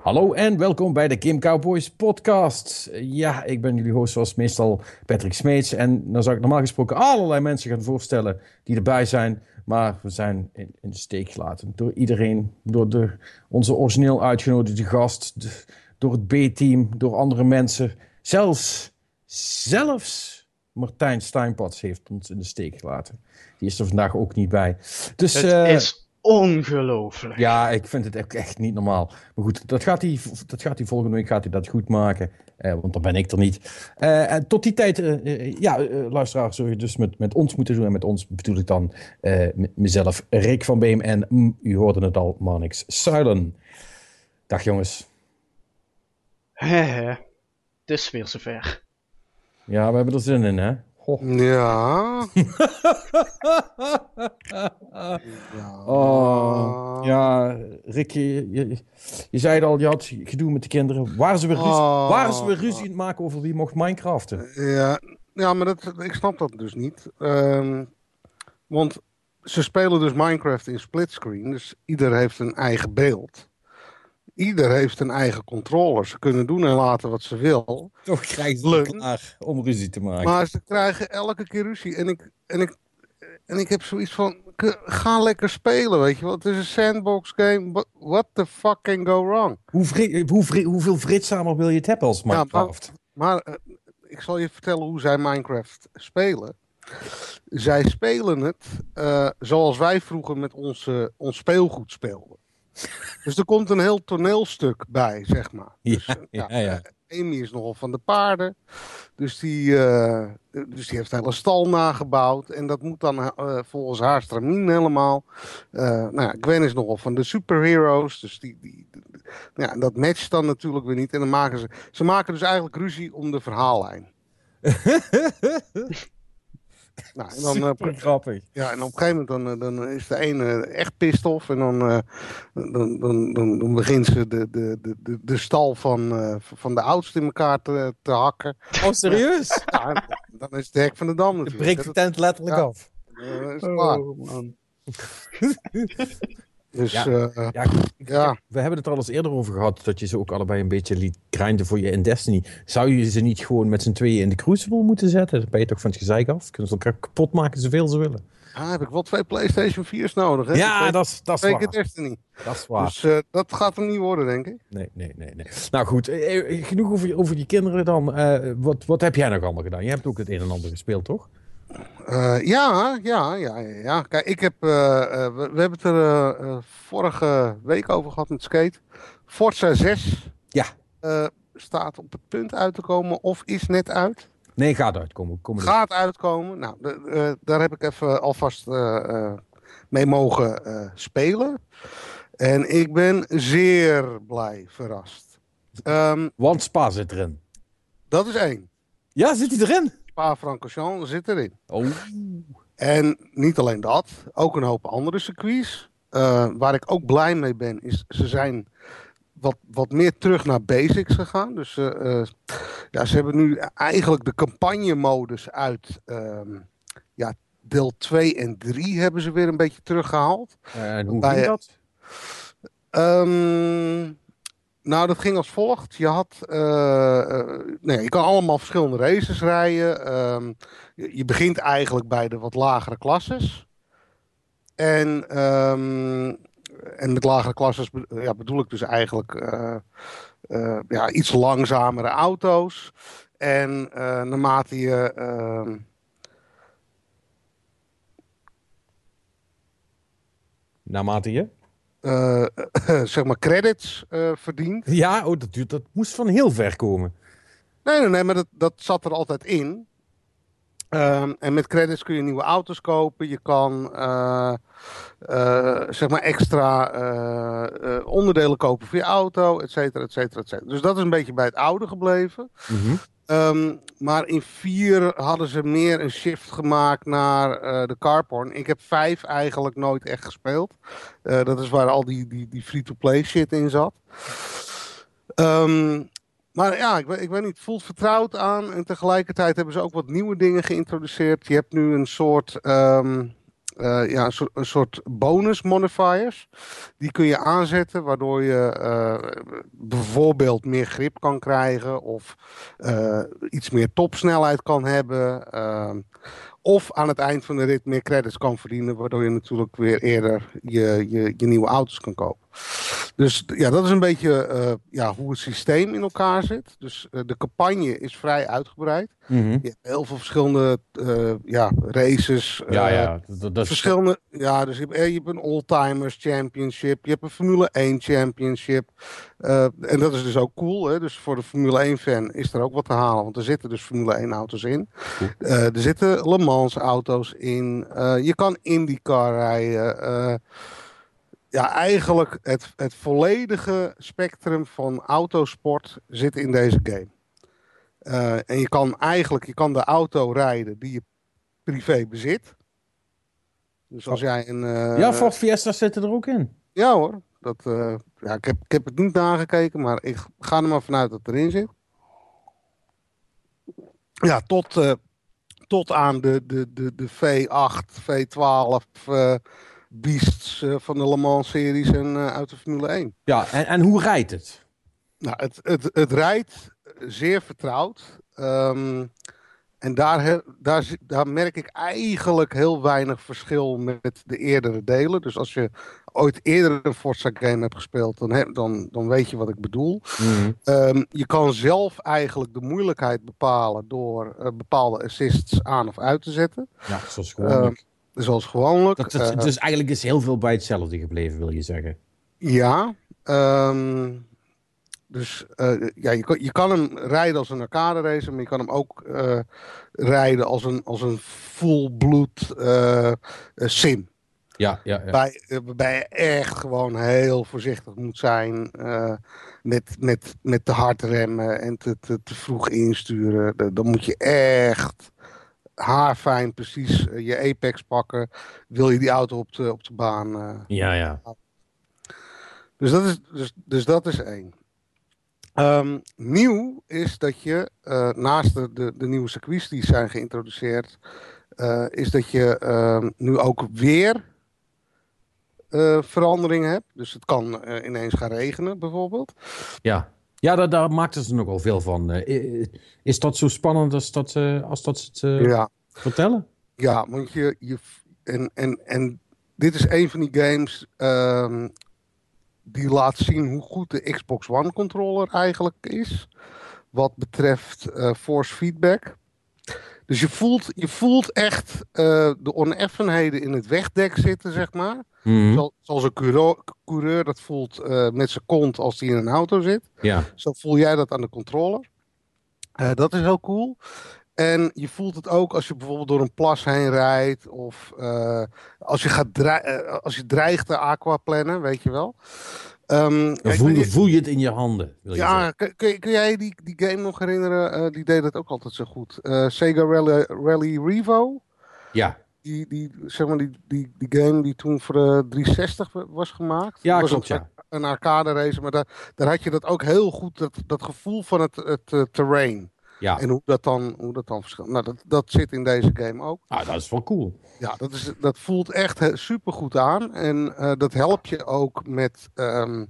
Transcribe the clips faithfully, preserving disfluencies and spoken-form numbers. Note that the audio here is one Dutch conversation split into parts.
Hallo en welkom bij de Game Cowboys podcast. Ja, ik ben jullie host zoals meestal Patrick Smeets. En dan zou ik normaal gesproken allerlei mensen gaan voorstellen die erbij zijn. Maar we zijn in, in de steek gelaten door iedereen. Door de, onze origineel uitgenodigde gast. De, door het B-team, door andere mensen. Zelfs, zelfs Martijn Steinpats heeft ons in de steek gelaten. Die is er vandaag ook niet bij. Dus, het uh, is ongelooflijk. Ja, ik vind het ook echt niet normaal. Maar goed, dat gaat hij, dat gaat hij volgende week gaat hij dat goed maken. Uh, want dan ben ik er niet. Uh, en tot die tijd, uh, uh, ja, uh, luisteraar, zul je dus met, met ons moeten doen. En met ons bedoel ik dan uh, m- mezelf, Rick van Beem. En mm, u hoorde het al, Marnix Zuilen. Dag jongens. Hehe, het is weer zover. Ja, we hebben er zin in, hè? Oh. Ja. ja. Oh, ja, Rick, je, je, je zei het al, je had gedoe met de kinderen. Waren ze weer ruzie, oh. waren ze weer ruzie aan het maken over wie mocht Minecraften? Ja, ja maar dat, ik snap dat dus niet. Um, want ze spelen dus Minecraft in splitscreen, dus ieder heeft een eigen beeld. Ieder heeft een eigen controller. Ze kunnen doen en laten wat ze wil. Toch krijgen ze het klaar om ruzie te maken. Maar ze krijgen elke keer ruzie. En ik, en ik, en ik heb zoiets van, ga lekker spelen, weet je wel. Het is een sandbox game. What the fuck can go wrong? Hoe vri- hoe vri- hoeveel vreedzamer wil je het hebben als Minecraft? Ja, maar maar uh, ik zal je vertellen hoe zij Minecraft spelen. Zij spelen het uh, zoals wij vroeger met onze, ons speelgoed speelden. Dus er komt een heel toneelstuk bij, zeg maar. Dus, ja, ja, ja, ja. Amy is nogal van de paarden. Dus die, uh, dus die heeft een hele stal nagebouwd. En dat moet dan uh, volgens haar stramien helemaal. Uh, nou ja, Gwen is nogal van de superheroes. Dus die, die, die, ja, dat matcht dan natuurlijk weer niet. En dan maken ze... Ze maken dus eigenlijk ruzie om de verhaallijn. Nou, en dan, super uh, grappig. Ja, en op een gegeven moment dan, dan is de ene echt pissed off. En dan, uh, dan, dan, dan, dan begint ze de, de, de, de stal van, uh, van de oudste in elkaar te, te hakken. Oh, serieus? Ja, dan is het hek van de dam natuurlijk. Je breekt de tent letterlijk ja. af. Uh, is klaar. Oh, man. Dus, ja, uh, ja, ja, we hebben het er al eens eerder over gehad, dat je ze ook allebei een beetje liet grinden voor je in Destiny. Zou je ze niet gewoon met z'n tweeën in de Crucible moeten zetten? Dan ben je toch van het gezeik af? Kunnen ze elkaar kapot maken zoveel ze willen? Ah, heb ik wel twee PlayStation vier's nodig, hè? Ja, dat is waar. Twee keer Destiny. Dat is waar. Dus uh, dat gaat hem niet worden, denk ik. Nee, nee, nee. nee. Nou goed, eh, genoeg over, over die kinderen dan. Uh, wat, wat heb jij nog allemaal gedaan? Je hebt ook het een en ander gespeeld, toch? Uh, ja, ja, ja, ja. Kijk, ik heb, uh, uh, we, we hebben het er uh, vorige week over gehad met Skate. Forza zes ja. uh, staat op het punt uit te komen of is net uit. Nee, gaat uitkomen. Kom gaat uitkomen. Nou, de, uh, daar heb ik even alvast uh, uh, mee mogen uh, spelen. En ik ben zeer blij verrast. Um, Want Spa zit erin. Dat is één. Ja, zit hij erin? Spa-Francorchamps zit erin. Oh. En niet alleen dat, ook een hoop andere circuits. Uh, waar ik ook blij mee ben, is ze zijn wat, wat meer terug naar basics gegaan. Dus uh, uh, ja, ze hebben nu eigenlijk de campagne-modus uit uh, ja, deel twee en drie hebben ze weer een beetje teruggehaald. Uh, en hoe Bij, ging dat? Um, Nou, dat ging als volgt. Je had, uh, uh, nee, je kan allemaal verschillende races rijden. Um, je, je begint eigenlijk bij de wat lagere klasses. En, um, en met lagere klasses be- ja, bedoel ik dus eigenlijk uh, uh, ja, iets langzamere auto's. En uh, naarmate je... Uh, naarmate je? Uh, uh, zeg maar credits uh, verdient. Ja, oh, dat, duurt, dat moest van heel ver komen. Nee, nee, nee, maar dat, dat zat er altijd in. Um, en met credits kun je nieuwe auto's kopen. Je kan uh, uh, zeg maar extra uh, uh, onderdelen kopen voor je auto, et cetera, et cetera, et cetera. Dus dat is een beetje bij het oude gebleven. Mm-hmm. Um, maar in vier hadden ze meer een shift gemaakt naar uh, de carporn. Ik heb vijf eigenlijk nooit echt gespeeld. Uh, dat is waar al die, die, die free-to-play shit in zat. Um, maar ja, ik, ik weet niet, het voelt vertrouwd aan. En tegelijkertijd hebben ze ook wat nieuwe dingen geïntroduceerd. Je hebt nu een soort... Um, uh, ja, een, soort, een soort bonus modifiers. Die kun je aanzetten waardoor je uh, bijvoorbeeld meer grip kan krijgen of uh, iets meer topsnelheid kan hebben. Uh, of aan het eind van de rit meer credits kan verdienen, waardoor je natuurlijk weer eerder je, je, je nieuwe auto's kan kopen. Dus ja, dat is een beetje uh, ja, hoe het systeem in elkaar zit. Dus uh, de campagne is vrij uitgebreid. Mm-hmm. Je hebt heel veel verschillende uh, ja, races. Ja, uh, ja. Dat, dat verschillende, ja, dus je hebt, je hebt een Oldtimers Championship. Je hebt een Formule één Championship. Uh, en dat is dus ook cool. Hè? Dus voor de Formule één fan is er ook wat te halen. Want er zitten dus Formule één auto's in. Uh, er zitten Le Mans auto's in. Uh, je kan IndyCar rijden. Uh, Ja, eigenlijk het, het volledige spectrum van autosport zit in deze game. Uh, en je kan eigenlijk je kan de auto rijden die je privé bezit. Dus als jij een... Uh, ja, Ford Fiesta zitten er ook in. Ja hoor. Dat, uh, ja, ik, heb, ik heb het niet nagekeken, maar ik ga er maar vanuit dat het erin zit. Ja, tot, uh, tot aan de, de, de, de V acht, V twaalf... Uh, beasts uh, van de Le Mans series en uh, uit de Formule één. Ja, en, en hoe rijdt het? Nou, het, het, het rijdt zeer vertrouwd. Um, en daar, he, daar, daar merk ik eigenlijk heel weinig verschil met de eerdere delen. Dus als je ooit eerder een Forza game hebt gespeeld, dan, he, dan, dan weet je wat ik bedoel. Mm-hmm. Um, je kan zelf eigenlijk de moeilijkheid bepalen door uh, bepaalde assists aan of uit te zetten. Ja, zoals gewoonlijk. Um, Zoals gewoonlijk. Dat, dat, uh, dus eigenlijk is heel veel bij hetzelfde gebleven, wil je zeggen? Ja. Um, dus uh, ja, je, kan, je kan hem rijden als een arcade racer, maar je kan hem ook uh, rijden als een, als een full-blood uh, sim. Ja, ja, ja. Waarbij, waarbij je echt gewoon heel voorzichtig moet zijn uh, met, met, met te hard remmen en te, te, te vroeg insturen. Dan moet je echt... haarfijn precies uh, je apex pakken. Wil je die auto op de, op de baan. Uh, ja, ja. Dus dat is, dus, dus dat is één. Um, nieuw is dat je, uh, naast de, de, de nieuwe circuits die zijn geïntroduceerd, uh, is dat je uh, nu ook weer uh, veranderingen hebt. Dus het kan uh, ineens gaan regenen bijvoorbeeld. Ja. Ja, daar, daar maakten ze nogal veel van. Uh, is dat zo spannend als dat, uh, als dat ze het uh, ja. vertellen? Ja, want je... je en, en, en dit is een van die games um, die laat zien hoe goed de Xbox One controller eigenlijk is. Wat betreft uh, force feedback. Dus je voelt, je voelt echt uh, de oneffenheden in het wegdek zitten, zeg maar. Mm-hmm. Zo, zoals een coureur, coureur dat voelt uh, met zijn kont als hij in een auto zit. Ja. Zo voel jij dat aan de controller. Uh, dat is heel cool. En je voelt het ook als je bijvoorbeeld door een plas heen rijdt. Of uh, als, je gaat dre- uh, als je dreigt te aquaplannen, weet je wel. Um, Dan voel, je, voel je het in je handen. Wil je ja, kun, kun, kun jij die, die game nog herinneren? Uh, die deed dat ook altijd zo goed. Uh, Sega Rally, Rally Revo. Ja. Die, die, zeg maar die, die, die game die toen voor de driehonderdzestig was gemaakt. Ja, was klopt, een, ja. Een arcade race, maar daar, daar had je dat ook heel goed, dat, dat gevoel van het, het uh, terrain. Ja. En hoe dat dan, hoe dat dan verschilt. Nou, dat, dat zit in deze game ook. Ah, dat is wel cool. Ja, dat, is, dat voelt echt super goed aan. En uh, dat helpt je ook met, um,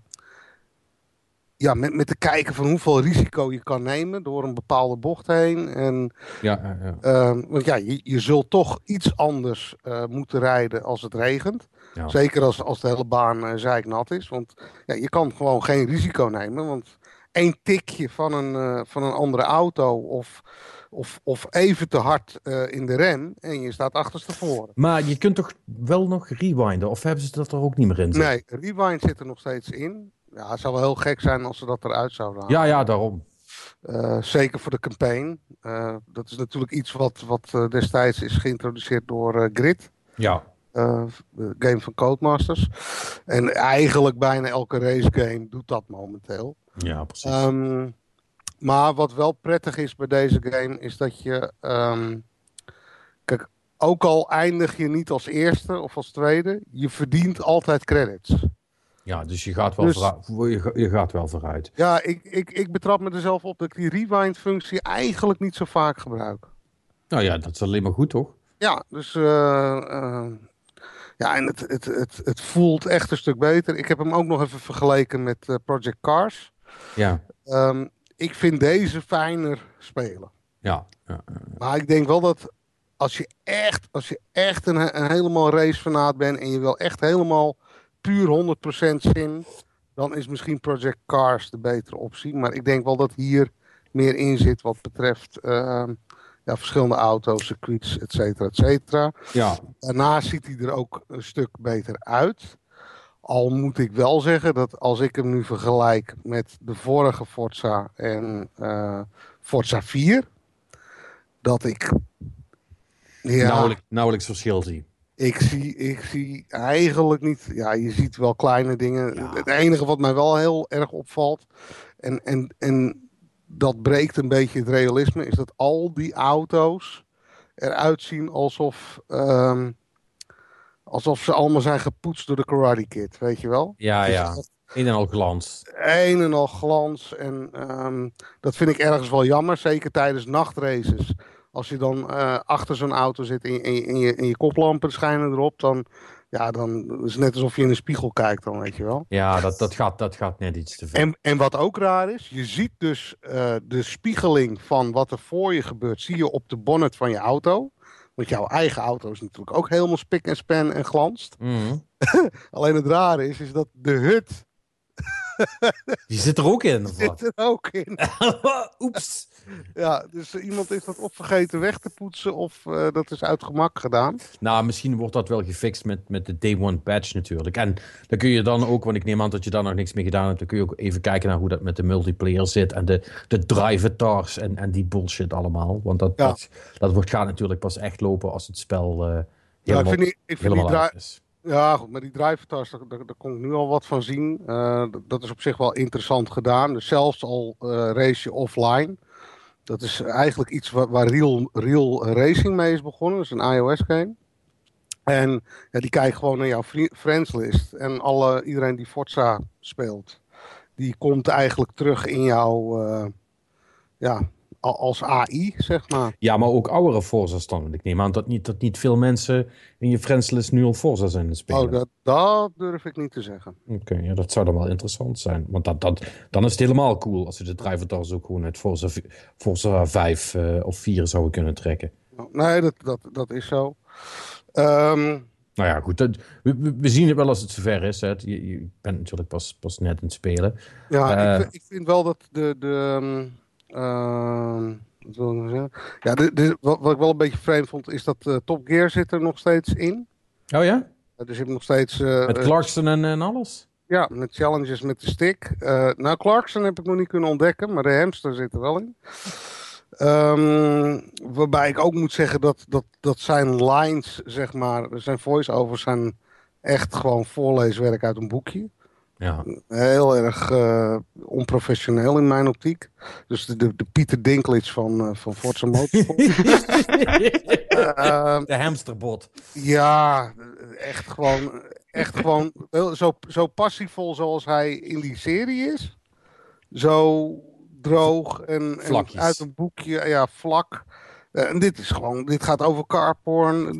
ja, met, met te kijken van hoeveel risico je kan nemen door een bepaalde bocht heen. En, ja, ja, ja. Um, want ja, je, je zult toch iets anders uh, moeten rijden als het regent. Ja. Zeker als, als de hele baan uh, zeiknat is. Want ja, je kan gewoon geen risico nemen. Want één tikje van een, uh, van een andere auto of, of, of even te hard uh, in de rem en je staat achterstevoren. Maar je kunt toch wel nog rewinden? Of hebben ze dat er ook niet meer in zitten? Nee, rewind zit er nog steeds in. Ja, het zou wel heel gek zijn als ze dat eruit zouden halen. Ja, ja, daarom. Uh, zeker voor de campaign. Uh, dat is natuurlijk iets wat, wat uh, destijds is geïntroduceerd door uh, Grid. Ja. Uh, de game van Codemasters. En eigenlijk bijna elke race game doet dat momenteel. Ja, precies. Um, maar wat wel prettig is bij deze game is dat je... Um, kijk, ook al eindig je niet als eerste of als tweede, je verdient altijd credits. Ja, dus je gaat wel, dus, vooruit, je, je gaat wel vooruit. Ja, ik, ik, ik betrap me er zelf op dat ik die rewind functie eigenlijk niet zo vaak gebruik. Nou ja, dat is alleen maar goed, toch? Ja, dus... Uh, uh, Ja, en het, het, het, het voelt echt een stuk beter. Ik heb hem ook nog even vergeleken met uh, Project Cars. Ja, Um, ik vind deze fijner spelen. ja. ja. Maar ik denk wel dat als je echt, als je echt een, een helemaal racefanaat bent en je wil echt helemaal puur honderd procent zin, dan is misschien Project Cars de betere optie. Maar ik denk wel dat hier meer in zit wat betreft uh, ja, verschillende auto's, circuits, et cetera, et cetera. Ja. Daarnaast ziet hij er ook een stuk beter uit. Al moet ik wel zeggen dat als ik hem nu vergelijk met de vorige Forza en uh, Forza vier, dat ik ja, nauwelijks, nauwelijks verschil zie. Ik zie, ik zie eigenlijk niet. Ja, je ziet wel kleine dingen. Ja. Het enige wat mij wel heel erg opvalt. En, en, en dat breekt een beetje het realisme. Is dat al die auto's eruit zien alsof. Um, alsof ze allemaal zijn gepoetst door de Karate Kid. Weet je wel? Ja, dus ja. Een en al glans. Een en al glans. En um, dat vind ik ergens wel jammer. Zeker tijdens nachtraces. Als je dan uh, achter zo'n auto zit en je, en, je, en, je, en je koplampen schijnen erop, dan, ja, dan is het net alsof je in een spiegel kijkt dan, weet je wel. Ja, dat, dat, gaat, dat gaat net iets te ver. En, en wat ook raar is, je ziet dus uh, de spiegeling van wat er voor je gebeurt, zie je op de bonnet van je auto. Want jouw eigen auto is natuurlijk ook helemaal spik en span en glanst. Mm. Alleen het rare is, is dat de hut... Die zit er ook in. Die zit er ook in. Oeps. Ja, dus iemand is dat of vergeten weg te poetsen of uh, dat is uit gemak gedaan. Nou, misschien wordt dat wel gefixt met, met de day one patch natuurlijk. En dan kun je dan ook, want ik neem aan dat je daar nog niks mee gedaan hebt, dan kun je ook even kijken naar hoe dat met de multiplayer zit en de, de drive-atars en, en die bullshit allemaal. Want dat, Ja. dat, dat wordt, gaat natuurlijk pas echt lopen als het spel uh, helemaal, ja, ik vind die, ik vind helemaal die uit is. Ja, goed, maar die drive-atars, daar, daar, daar kon ik nu al wat van zien. Uh, dat, dat is op zich wel interessant gedaan. Dus zelfs al uh, race je offline. Dat is eigenlijk iets waar, waar Real, Real Racing mee is begonnen. Dat is een iOS-game. En ja, die kijkt gewoon naar jouw friendslist. En alle, iedereen die Forza speelt, die komt eigenlijk terug in jouw... Uh, ja, als A I, zeg maar. Ja, maar ook oudere Forza's dan. Ik neem aan dat niet, dat niet veel mensen in je friendslist nu al Forza zijn aan het spelen. Oh, dat, dat durf ik niet te zeggen. Oké, okay, ja, dat zou dan wel interessant zijn. Want dat, dat, dan is het helemaal cool als je de drive-atars ook gewoon uit Forza, Forza vijf uh, of vier zouden kunnen trekken. Nee, dat, dat, dat is zo. Um, nou ja, goed. Dat, we, we zien het wel als het zover is. Hè. Je, je bent natuurlijk pas, pas net aan het spelen. Ja, uh, ik, ik vind wel dat de... de um, uh, wat wil ik zeggen? Ja, de, de, wat, wat ik wel een beetje vreemd vond, is dat uh, Top Gear zit er nog steeds in. Oh ja? Uh, dus je hebt nog steeds... Uh, met Clarkson en, en alles? Ja, met challenges met de stick. Uh, nou, Clarkson heb ik nog niet kunnen ontdekken, maar de hamster zit er wel in. Um, waarbij ik ook moet zeggen dat, dat, dat zijn lines, zeg maar, zijn voice-overs zijn echt gewoon voorleeswerk uit een boekje. Ja. Heel erg uh, onprofessioneel in mijn optiek. Dus de, de, de Pieter Dinklage van, uh, van Forza Motorsport. uh, de hamsterbot. Ja, echt gewoon, echt gewoon zo, zo passievol zoals hij in die serie is. Zo droog en, en uit een boekje, ja, vlak. Uh, en dit is gewoon, dit gaat over carporn.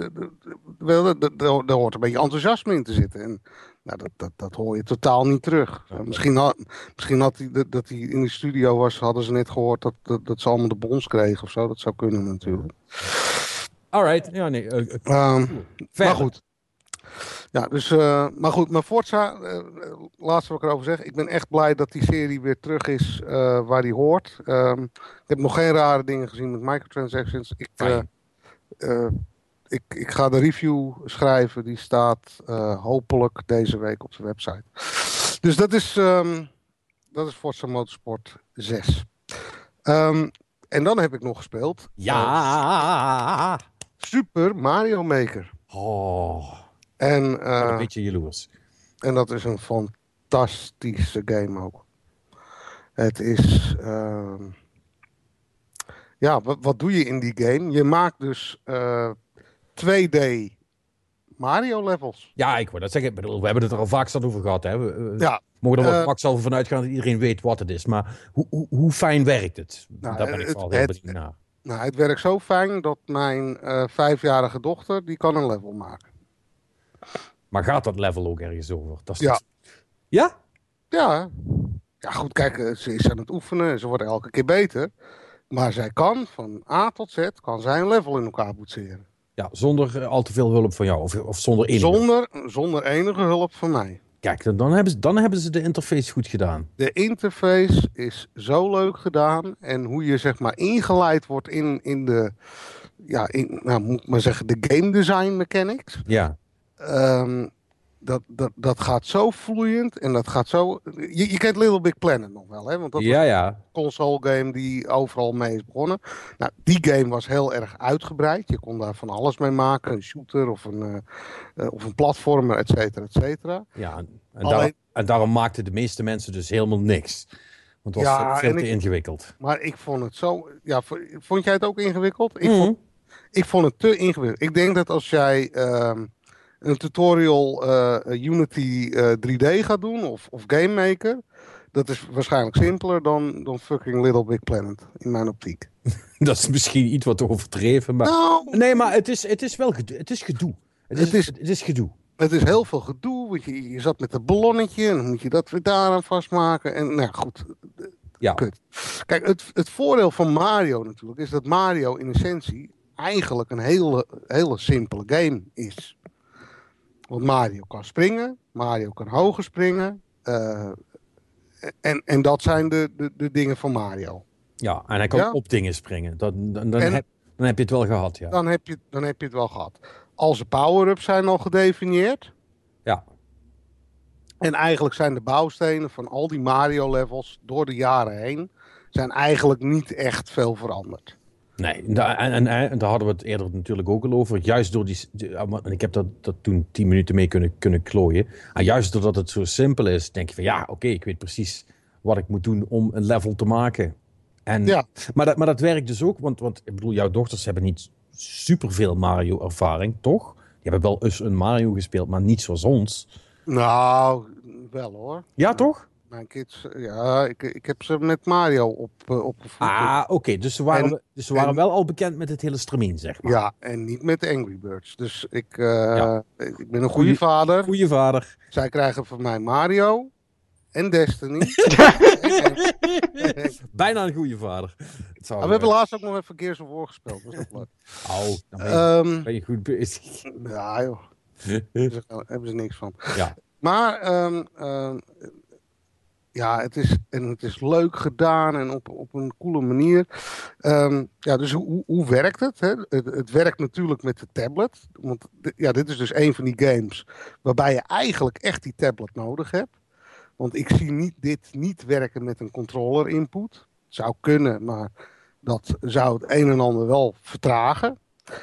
Daar hoort een beetje enthousiasme in te zitten. En nou, dat, dat, dat hoor je totaal niet terug. Uh, misschien had, misschien had hij dat, dat hij in de studio was, hadden ze net gehoord dat, dat, dat ze allemaal de bons kregen of zo. Dat zou kunnen natuurlijk. Alright, ja nee. Uh, uh, um, maar goed. Ja, dus, uh, maar goed, maar Forza, uh, laatste wat ik erover zeg. Ik ben echt blij dat die serie weer terug is uh, waar die hoort. Um, ik heb nog geen rare dingen gezien met microtransactions. Ik, uh, uh, ik, ik ga de review schrijven. Die staat uh, hopelijk deze week op de website. Dus dat is, um, dat is Forza Motorsport zes. Um, en dan heb ik nog gespeeld. Ja! Uh, Super Mario Maker. Oh... En, uh, een beetje jaloers. En dat is een fantastische game ook. Het is... Uh, ja, wat, wat doe je in die game? Je maakt dus uh, twee D Mario levels. Ja, ik wou dat zeggen. Ik bedoel, we hebben het er al vaak over gehad. Hè? We ja, mogen er wel uh, makkelijk vanuit gaan dat iedereen weet wat het is. Maar hoe, hoe, hoe fijn werkt het? Nou, Daar ben ik het, vooral heel het, benieuwd naar. Nou, het werkt zo fijn dat mijn uh, vijfjarige dochter, die kan een level maken. Maar gaat dat level ook ergens over? Dat is Ja. dus- Ja? Ja. Ja, goed, kijk, eh, ze is aan het oefenen. Ze wordt elke keer beter. Maar zij kan van A tot Z, kan zij een level in elkaar boetseren. Ja, zonder eh, al te veel hulp van jou. Of, of zonder enige. Zonder, zonder enige hulp van mij. Kijk, dan, dan, hebben ze, dan hebben ze de interface goed gedaan. De interface is zo leuk gedaan. En hoe je zeg maar ingeleid wordt in, in de, ja, in, nou moet ik maar zeggen, de game design mechanics. Ja. Ehm, dat, dat, dat gaat zo vloeiend en dat gaat zo... Je, je kent Little Big Planet nog wel, hè? Want dat Ja, was ja. een console game die overal mee is begonnen. Nou, die game was heel erg uitgebreid. Je kon daar van alles mee maken. Een shooter of een, uh, uh, of een platformer, et cetera, et cetera. Ja, en, en, Alleen- daar- en daarom maakten de meeste mensen dus helemaal niks. Want het was Ja, veel en te ik- ingewikkeld. Maar ik vond het zo... Ja, v- vond jij het ook ingewikkeld? Ik, Mhm. vond, ik vond het te ingewikkeld. Ik denk dat als jij ehm, een tutorial uh, Unity uh, drie D gaat doen of, of Game Maker... Dat is waarschijnlijk simpeler dan, dan fucking Little Big Planet, in mijn optiek. Dat is misschien iets wat overdreven, maar... Nou, Nee, maar het is, het is wel gedoe. Het is gedoe. Het is, Het is- het is gedoe. het is heel veel gedoe, want je, je zat met een ballonnetje en dan moet je dat weer daaraan vastmaken. En nou goed, Ja. kut. Kijk, het, het voordeel van Mario natuurlijk is dat Mario in essentie eigenlijk een hele, hele simpele game is. Want Mario kan springen, Mario kan hoger springen. eh, en, en dat zijn de, de, de dingen van Mario. Ja, en hij kan Ja. op dingen springen. Dat, dan, dan, En- heb, dan heb je het wel gehad, ja. Dan heb je, dan heb je het wel gehad. Al zijn power-ups zijn al gedefinieerd. Ja. En eigenlijk zijn de bouwstenen van al die Mario-levels door de jaren heen... zijn eigenlijk niet echt veel veranderd. Nee, da- en, en, en daar hadden we het eerder natuurlijk ook al over. Juist door die... die- En ik heb dat, dat toen tien minuten mee kunnen, kunnen klooien. En juist doordat het zo simpel is, denk je van... Ja, oké, ik weet precies wat ik moet doen om een level te maken. En, Ja. maar, dat, maar dat werkt dus ook, want, want ik bedoel, jouw dochters hebben niet superveel Mario-ervaring, toch? Die hebben wel eens een Mario gespeeld, maar niet zoals ons. Nou, wel hoor. Ja, toch? Mijn kids, ja, ik, ik heb ze met Mario op, uh, opgevoed. Ah, oké. Dus ze waren, En- dus ze waren en- wel al bekend met het hele stramien, zeg maar. Ja, en niet met de Angry Birds. Dus ik, uh, Ja. ik ben een goede Goeie- vader. Goeie vader. Zij krijgen van mij Mario en Destiny. En- Bijna een goede vader. Het zou, Ah, we hebben laatst ook nog even Gears of War gespeeld. Dat is ook leuk. Oh, dan ben je, Ehm, ben je goed bezig. ja joh, daar hebben ze niks van. Ja. Maar ehm, ehm, ja, het is, en het is leuk gedaan en op, op een coole manier. Ehm, ja, dus hoe, hoe werkt het, hè? Het, het werkt natuurlijk met de tablet. Want di- ja, dit is dus een van die games waarbij je eigenlijk echt die tablet nodig hebt. Want ik zie niet, dit niet werken met een controller input. Zou kunnen, maar dat zou het een en ander wel vertragen.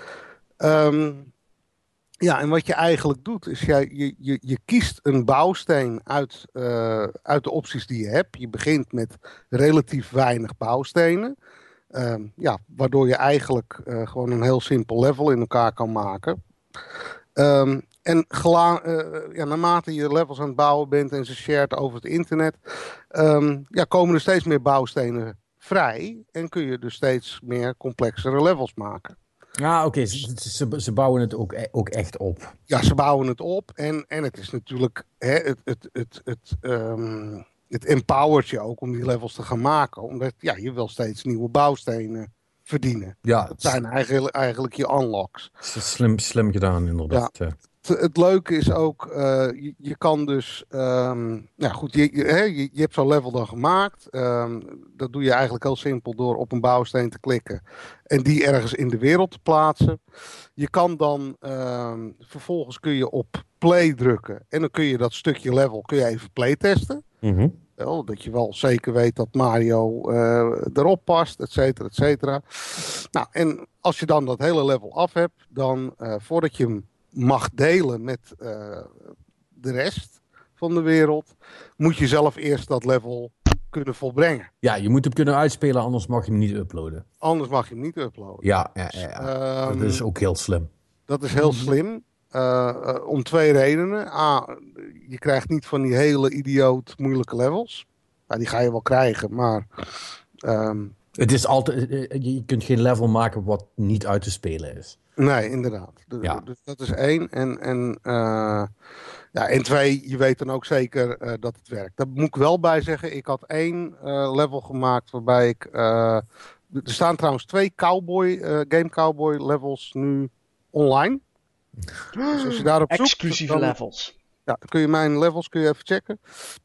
Ehm, ja, en wat je eigenlijk doet, is jij, je, je, je kiest een bouwsteen uit, eh, uit de opties die je hebt. Je begint met relatief weinig bouwstenen. Ehm, ja, waardoor je eigenlijk eh, gewoon een heel simpel level in elkaar kan maken. Ehm, en gela- eh, ja, naarmate je levels aan het bouwen bent en ze shared over het internet, ehm, ja, komen er steeds meer bouwstenen vrij. En kun je dus steeds meer complexere levels maken. Ja, oké. Ze, ze, ze bouwen het ook, e- ook echt op. Ja, ze bouwen het op en, en het is natuurlijk, hè, het, het, het, het, ehm, het empowert je ook om die levels te gaan maken. Omdat ja, je wil steeds nieuwe bouwstenen verdienen. Ja, Dat zijn eigenlijk, eigenlijk je unlocks. het is slim, slim gedaan, inderdaad. Ja. Het, het leuke is ook, eh, je, je kan dus, ehm, ja goed, je, je, hè, je, je hebt zo'n level dan gemaakt. Ehm, dat doe je eigenlijk heel simpel door op een bouwsteen te klikken en die ergens in de wereld te plaatsen. Je kan dan, ehm, vervolgens kun je op play drukken en dan kun je dat stukje level kun je even playtesten. Mhm. Wel, dat je wel zeker weet dat Mario eh, erop past, et cetera, et cetera. Nou, en als je dan dat hele level af hebt, dan eh, voordat je hem mag delen met eh, de rest van de wereld, moet je zelf eerst dat level kunnen volbrengen. Ja, je moet hem kunnen uitspelen, anders mag je hem niet uploaden. Anders mag je hem niet uploaden. Ja, ja, ja, ja. Ehm, dat is ook heel slim. Dat is heel slim. Uh, uh, om twee redenen. A, je krijgt niet van die hele idioot moeilijke levels. Nou, die ga je wel krijgen, maar um, Het is altijd, je kunt geen level maken wat niet uit te spelen is. Nee, inderdaad. De, Ja. Dus dat is één. En, en, uh, ja, en twee, je weet dan ook zeker uh, dat het werkt. Daar moet ik wel bij zeggen, ik had één uh, level gemaakt waarbij ik... Uh, er staan trouwens twee cowboy, uh, Game Cowboy levels nu online. Dus als je daarop zoekt... Exclusieve dan, levels. Ja, dan kun je mijn levels kun je even checken.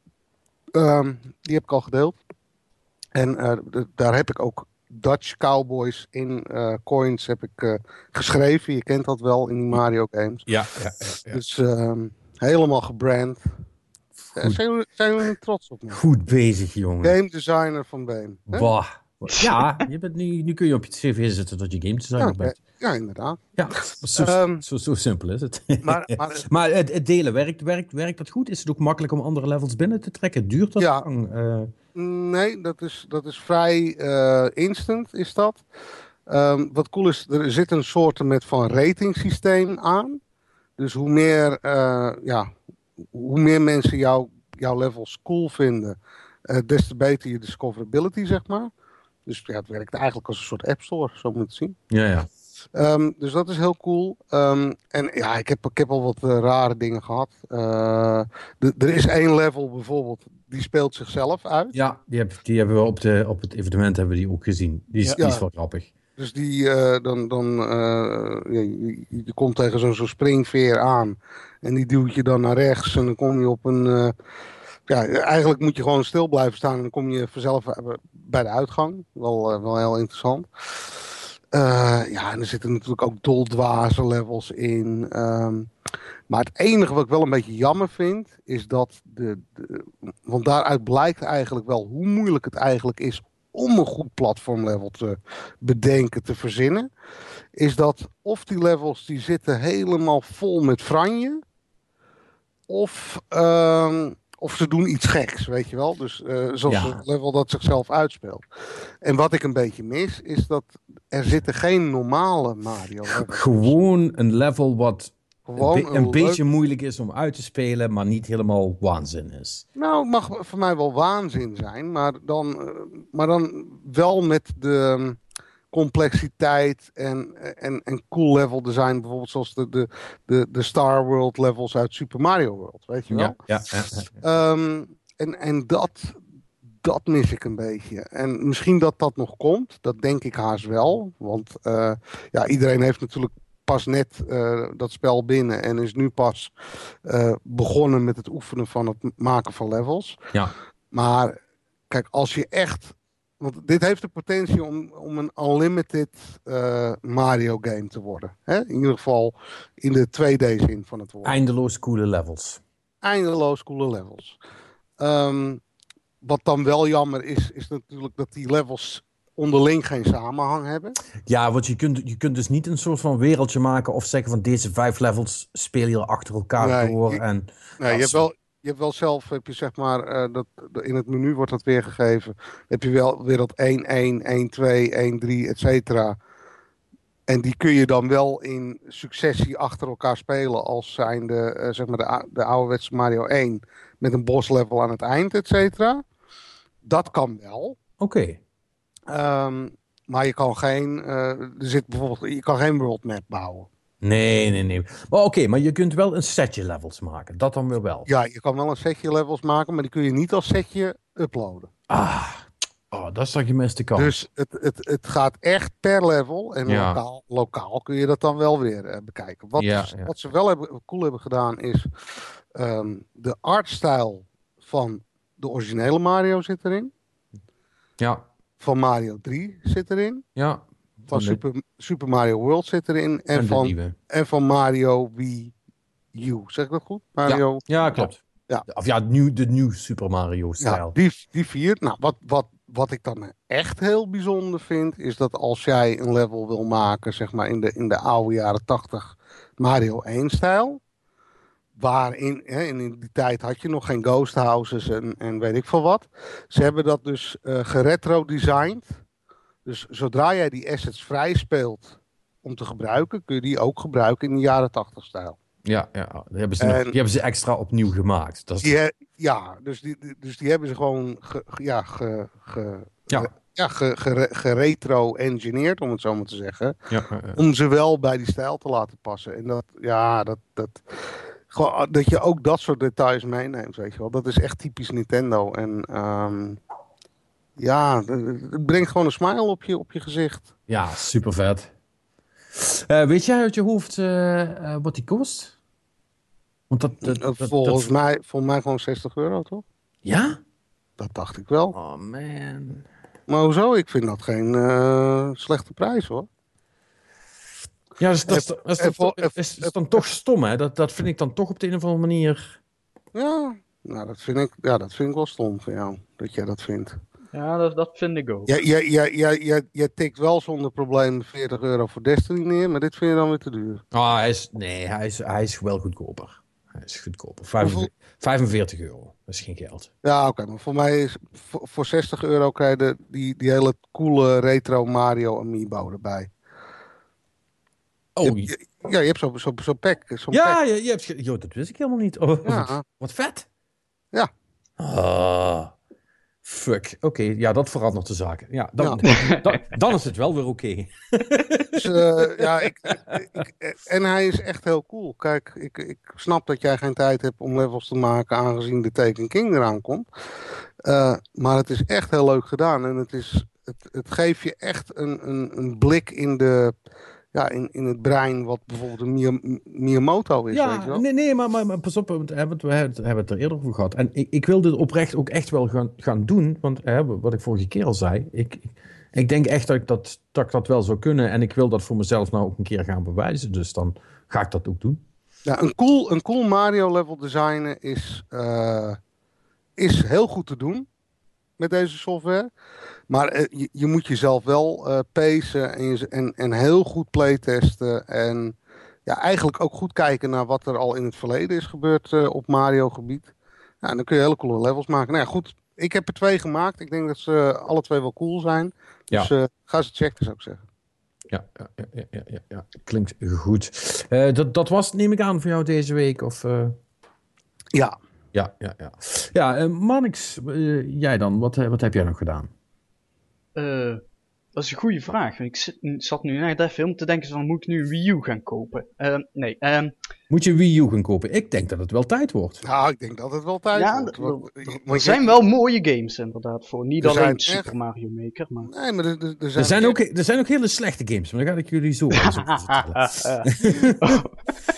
Um, die heb ik al gedeeld. En uh, d- daar heb ik ook Dutch Cowboys in uh, coins heb ik uh, geschreven. Je kent dat wel in die Mario games. Ja, ja, ja, ja. Dus um, helemaal gebrand. Uh, zijn, we, zijn we niet trots op me? Goed bezig, jongen. Game designer van Beem. Wauw. Ja, je bent nu, nu kun je op je cv zetten dat je game designer Ja, bent. ja, inderdaad. Ja, zo, Um, zo, zo simpel is het. Maar, maar, maar het, het delen, werkt, werkt, werkt dat goed? Is het ook makkelijk om andere levels binnen te trekken? Duurt dat Ja. lang? Uh... Nee, dat is, dat is vrij uh, instant, is dat. Um, wat cool is, er zit een soort met van ratingsysteem aan. Dus hoe meer, uh, ja, hoe meer mensen jou, jouw levels cool vinden, uh, des te beter je discoverability, zeg maar. Dus ja, het werkt eigenlijk als een soort app store, zo moet je het zien. Ja, ja. Um, dus dat is heel cool. Um, en ja, ik heb, ik heb al wat uh, rare dingen gehad. Uh, de, er is één level bijvoorbeeld, die speelt zichzelf uit. Ja, die, heb, die hebben we op, de, op het evenement hebben we die ook gezien. Die is, Ja. die is wel grappig. Dus die, uh, dan, dan uh, ja, je, je komt tegen zo'n zo'n springveer aan. En die duwt je dan naar rechts. En dan kom je op een... Uh, ja, eigenlijk moet je gewoon stil blijven staan. En dan kom je vanzelf bij de uitgang. Wel, uh, wel heel interessant. Uh, ja, en er zitten natuurlijk ook doldwaze levels in. Um, maar het enige wat ik wel een beetje jammer vind, is dat de, de... Want daaruit blijkt eigenlijk wel hoe moeilijk het eigenlijk is om een goed platformlevel te bedenken, te verzinnen. Is dat of die levels die zitten helemaal vol met franje. Of... Um, Of ze doen iets geks, weet je wel. Dus uh, zoals ja. een level dat zichzelf uitspeelt. En wat ik een beetje mis, is dat er zitten geen normale Mario levels. Gewoon een level wat Gewoon een, be- een, een beetje moeilijk is om uit te spelen, maar niet helemaal waanzin is. Nou, het mag voor mij wel waanzin zijn, maar dan, uh, maar dan wel met de um, complexiteit en, en, en cool level design. Bijvoorbeeld zoals de, de, de, de Star World levels uit Super Mario World, weet je wel? Ja, ja, ja, ja. Um, en, en dat, dat mis ik een beetje. En misschien dat dat nog komt, dat denk ik haast wel. Want uh, ja, iedereen heeft natuurlijk pas net uh, dat spel binnen en is nu pas uh, begonnen met het oefenen van het maken van levels. Ja. Maar kijk, als je echt... Want dit heeft de potentie om, om een unlimited uh, Mario game te worden. Hè? In ieder geval in de twee D-zin van het woord. Eindeloos coole levels. Eindeloos coole levels. Um, wat dan wel jammer is, is natuurlijk dat die levels onderling geen samenhang hebben. Ja, want je kunt, je kunt dus niet een soort van wereldje maken of zeggen van deze vijf levels speel je achter elkaar nee, door. Je, en, nee, je hebt wel... Je hebt wel zelf, heb je zeg maar, uh, dat, in het menu wordt dat weergegeven. Heb je wel wereld één, één, één, twee, één, drie, et cetera. En die kun je dan wel in successie achter elkaar spelen als zijn de, uh, zeg maar de, de ouderwetse Mario één. Met een bosslevel aan het eind, et cetera. Dat kan wel. Oké. Okay. Um, maar je kan geen, uh, er zit bijvoorbeeld, je kan geen world map bouwen. Nee, nee, nee. Maar oké, okay, maar je kunt wel een setje levels maken. Dat dan weer wel. Ja, je kan wel een setje levels maken, maar die kun je niet als setje uploaden. Ah, oh, dat is toch je meeste kans. Dus het, het, het gaat echt per level. En ja. lokaal, lokaal kun je dat dan wel weer uh, bekijken. Wat, ja, dus, ja. wat ze wel hebben, cool hebben gedaan is... Um, de artstyle van de originele Mario zit erin. Ja. Van Mario drie zit erin. Ja. Van Super, Super Mario World zit erin. En, en, van, en van Mario Wii U. Zeg ik dat goed? Mario... Ja, ja klopt. Ja. Of ja, nieuw, de nieuw Super Mario-stijl. Ja, die, die vier. Nou, wat, wat, wat ik dan echt heel bijzonder vind... is dat als jij een level wil maken... zeg maar in de, in de oude jaren tachtig Mario één-stijl... waarin hè, in die tijd had je nog geen ghost houses en, en weet ik veel wat. Ze hebben dat dus uh, geretro-designed. Dus zodra jij die assets vrij speelt om te gebruiken... kun je die ook gebruiken in de jaren tachtig-stijl. Ja, ja. Die, hebben ze en, nog, die hebben ze extra opnieuw gemaakt. Dat is... die he, ja, dus die, dus die hebben ze gewoon ge, ja, ge, ge, ja. ja, ge, ge, geretro-engineerd, om het zo maar te zeggen. Ja, ja, ja. Om ze wel bij die stijl te laten passen. En dat, ja, dat, dat, gewoon, dat je ook dat soort details meeneemt, weet je wel. Dat is echt typisch Nintendo. En um, ja, het brengt gewoon een smile op je, op je gezicht. Ja, super vet. Uh, weet jij uit je hoofd uh, uh, wat die kost? Want dat, dat, dat, volgens, dat... Mij, volgens mij gewoon zestig euro, toch? Ja? Dat dacht ik wel. Oh man. Maar hoezo? Ik vind dat geen uh, slechte prijs, hoor. Ja, dus dat, dat, dat, dat, dat is, is dan toch stom, hè? Dat, dat vind ik dan toch op de een of andere manier... Ja, nou, dat vind ik, ja, dat vind ik wel stom van jou, dat jij dat vindt. Ja, dat, dat vind ik ook. Jij ja, ja, ja, ja, ja, tikt wel zonder probleem veertig euro voor Destiny neer, maar dit vind je dan weer te duur. Ah, hij is, nee, hij is, hij is wel goedkoper. Hij is goedkoper. vijfenveertig euro, dat is geen geld. Ja, oké, okay, maar voor mij is voor, voor zestig euro krijg je de, die, die hele coole retro Mario Amiibo erbij. Oh, je, je, ja, je hebt zo'n zo, zo pack. Zo ja, pack. Je, je hebt, joh, dat wist ik helemaal niet. Oh, ja. wat, wat vet. Ja. Ah, fuck. Oké, okay, ja, dat verandert de zaken. Ja, dan, ja. dan, dan is het wel weer oké. Okay. Dus, uh, ja, ik, ik, ik, en hij is echt heel cool. Kijk, ik, ik snap dat jij geen tijd hebt om levels te maken, aangezien de Taken King eraan komt. Uh, maar het is echt heel leuk gedaan. En het, is, het, het geeft je echt een, een, een blik in de... Ja, in, in het brein wat bijvoorbeeld een Miyamoto is, ja, weet je wel? Nee, nee maar, maar, maar pas op, we hebben, het, we hebben het er eerder over gehad. En ik, ik wil dit oprecht ook echt wel gaan, gaan doen. Want hè, wat ik vorige keer al zei, ik, ik, ik denk echt dat ik dat, dat ik dat wel zou kunnen. En ik wil dat voor mezelf nou ook een keer gaan bewijzen. Dus dan ga ik dat ook doen. Ja, een cool, een cool Mario level designen is, uh, is heel goed te doen met deze software. Maar uh, je, je moet jezelf wel uh, pacen en, je, en, en heel goed playtesten. En ja, eigenlijk ook goed kijken naar wat er al in het verleden is gebeurd uh, op Mario gebied. Ja, en dan kun je hele coole levels maken. Nou ja, goed, ik heb er twee gemaakt. Ik denk dat ze uh, alle twee wel cool zijn. Dus ja. uh, ga ze checken, zou ik zeggen. Ja, ja, ja, ja, ja, ja. Klinkt goed. Uh, dat, dat was het, neem ik aan, voor jou deze week? Of, uh... Ja. Ja, ja, ja. Ja, uh, Marnix, uh, jij dan? Wat, uh, wat heb jij nog gedaan? Uh, dat is een goede vraag. Ik zit, zat nu net even om te denken van, moet ik nu een Wii U gaan kopen? Uh, nee. Um... Moet je Wii U gaan kopen? Ik denk dat het wel tijd wordt. Nou, ik denk dat het wel tijd ja, wordt. Want, er want zijn je... wel mooie games inderdaad voor. Niet alleen echt... Super Mario Maker, maar... Nee, maar er, er, er, zijn, er, zijn ook, er zijn ook hele slechte games, maar dan ga ik jullie zo vertellen.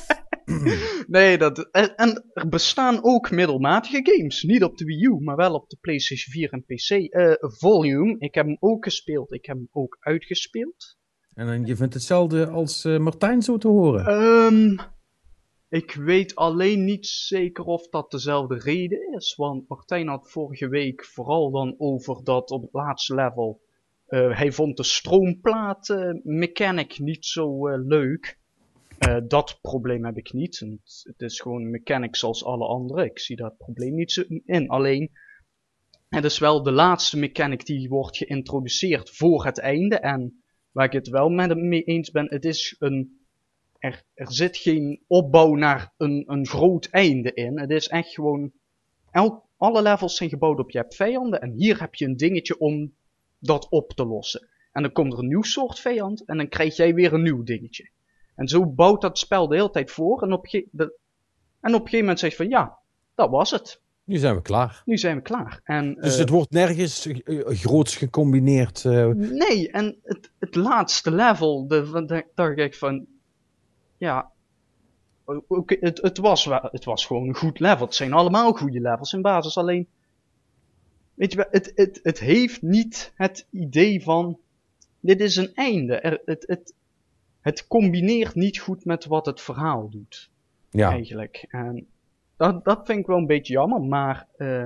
Nee, dat, en, en er bestaan ook middelmatige games. Niet op de Wii U, maar wel op de PlayStation vier en P C. Uh, Volume, ik heb hem ook gespeeld. Ik heb hem ook uitgespeeld. En je vindt hetzelfde als uh, Martijn zo te horen? Um, ik weet alleen niet zeker of dat dezelfde reden is. Want Martijn had vorige week vooral dan over dat op het laatste level... Uh, hij vond de stroomplaat uh, mechanic niet zo uh, leuk. Uh, dat probleem heb ik niet. Het, het is gewoon een mechanic zoals alle andere. Ik zie dat probleem niet zo in. Alleen, het is wel de laatste mechanic die wordt geïntroduceerd voor het einde. En waar ik het wel met hem mee eens ben, het is een... Er, er zit geen opbouw naar een, een groot einde in. Het is echt gewoon... Elk, alle levels zijn gebouwd op je hebt vijanden. En hier heb je een dingetje om dat op te lossen. En dan komt er een nieuw soort vijand. En dan krijg jij weer een nieuw dingetje. En zo bouwt dat spel de hele tijd voor. En op, ge- de, en op een gegeven moment zeg je van ja, dat was het. Nu zijn we klaar. Nu zijn we klaar. En, dus uh, het wordt nergens uh, groots gecombineerd. Uh... Nee, en het, het laatste level, de, de, daar kijk ik van, ja, okay, het, het, was wel, het was gewoon een goed level. Het zijn allemaal goede levels in basis. Alleen, weet je, het, het, het heeft niet het idee van, dit is een einde. Er, het, het, Het combineert niet goed met wat het verhaal doet. Ja. Eigenlijk. En dat, dat vind ik wel een beetje jammer. Maar uh,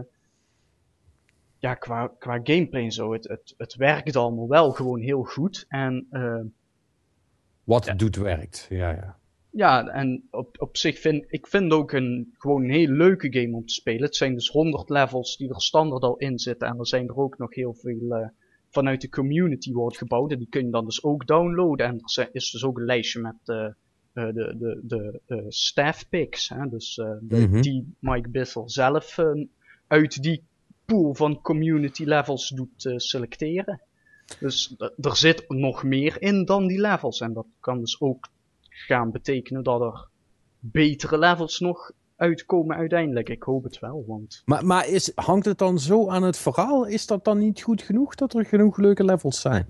ja, qua, qua gameplay en zo. Het, het, het werkt allemaal wel gewoon heel goed. En, uh, wat het ja. doet werkt. Ja, ja. Ja, en op, op zich vind ik vind ook een, gewoon een hele leuke game om te spelen. Het zijn dus honderd levels die er standaard al in zitten. En er zijn er ook nog heel veel... Uh, vanuit de community wordt gebouwd. En die kun je dan dus ook downloaden. En er is dus ook een lijstje met uh, uh, de, de, de uh, staff picks. Hè? Dus uh, de, mm-hmm. die Mike Bissell zelf uh, uit die pool van community levels doet uh, selecteren. Dus d- er zit nog meer in dan die levels. En dat kan dus ook gaan betekenen dat er betere levels nog uitkomen uiteindelijk. Ik hoop het wel, want... Maar, maar is, hangt het dan zo aan het verhaal? Is dat dan niet goed genoeg dat er genoeg leuke levels zijn?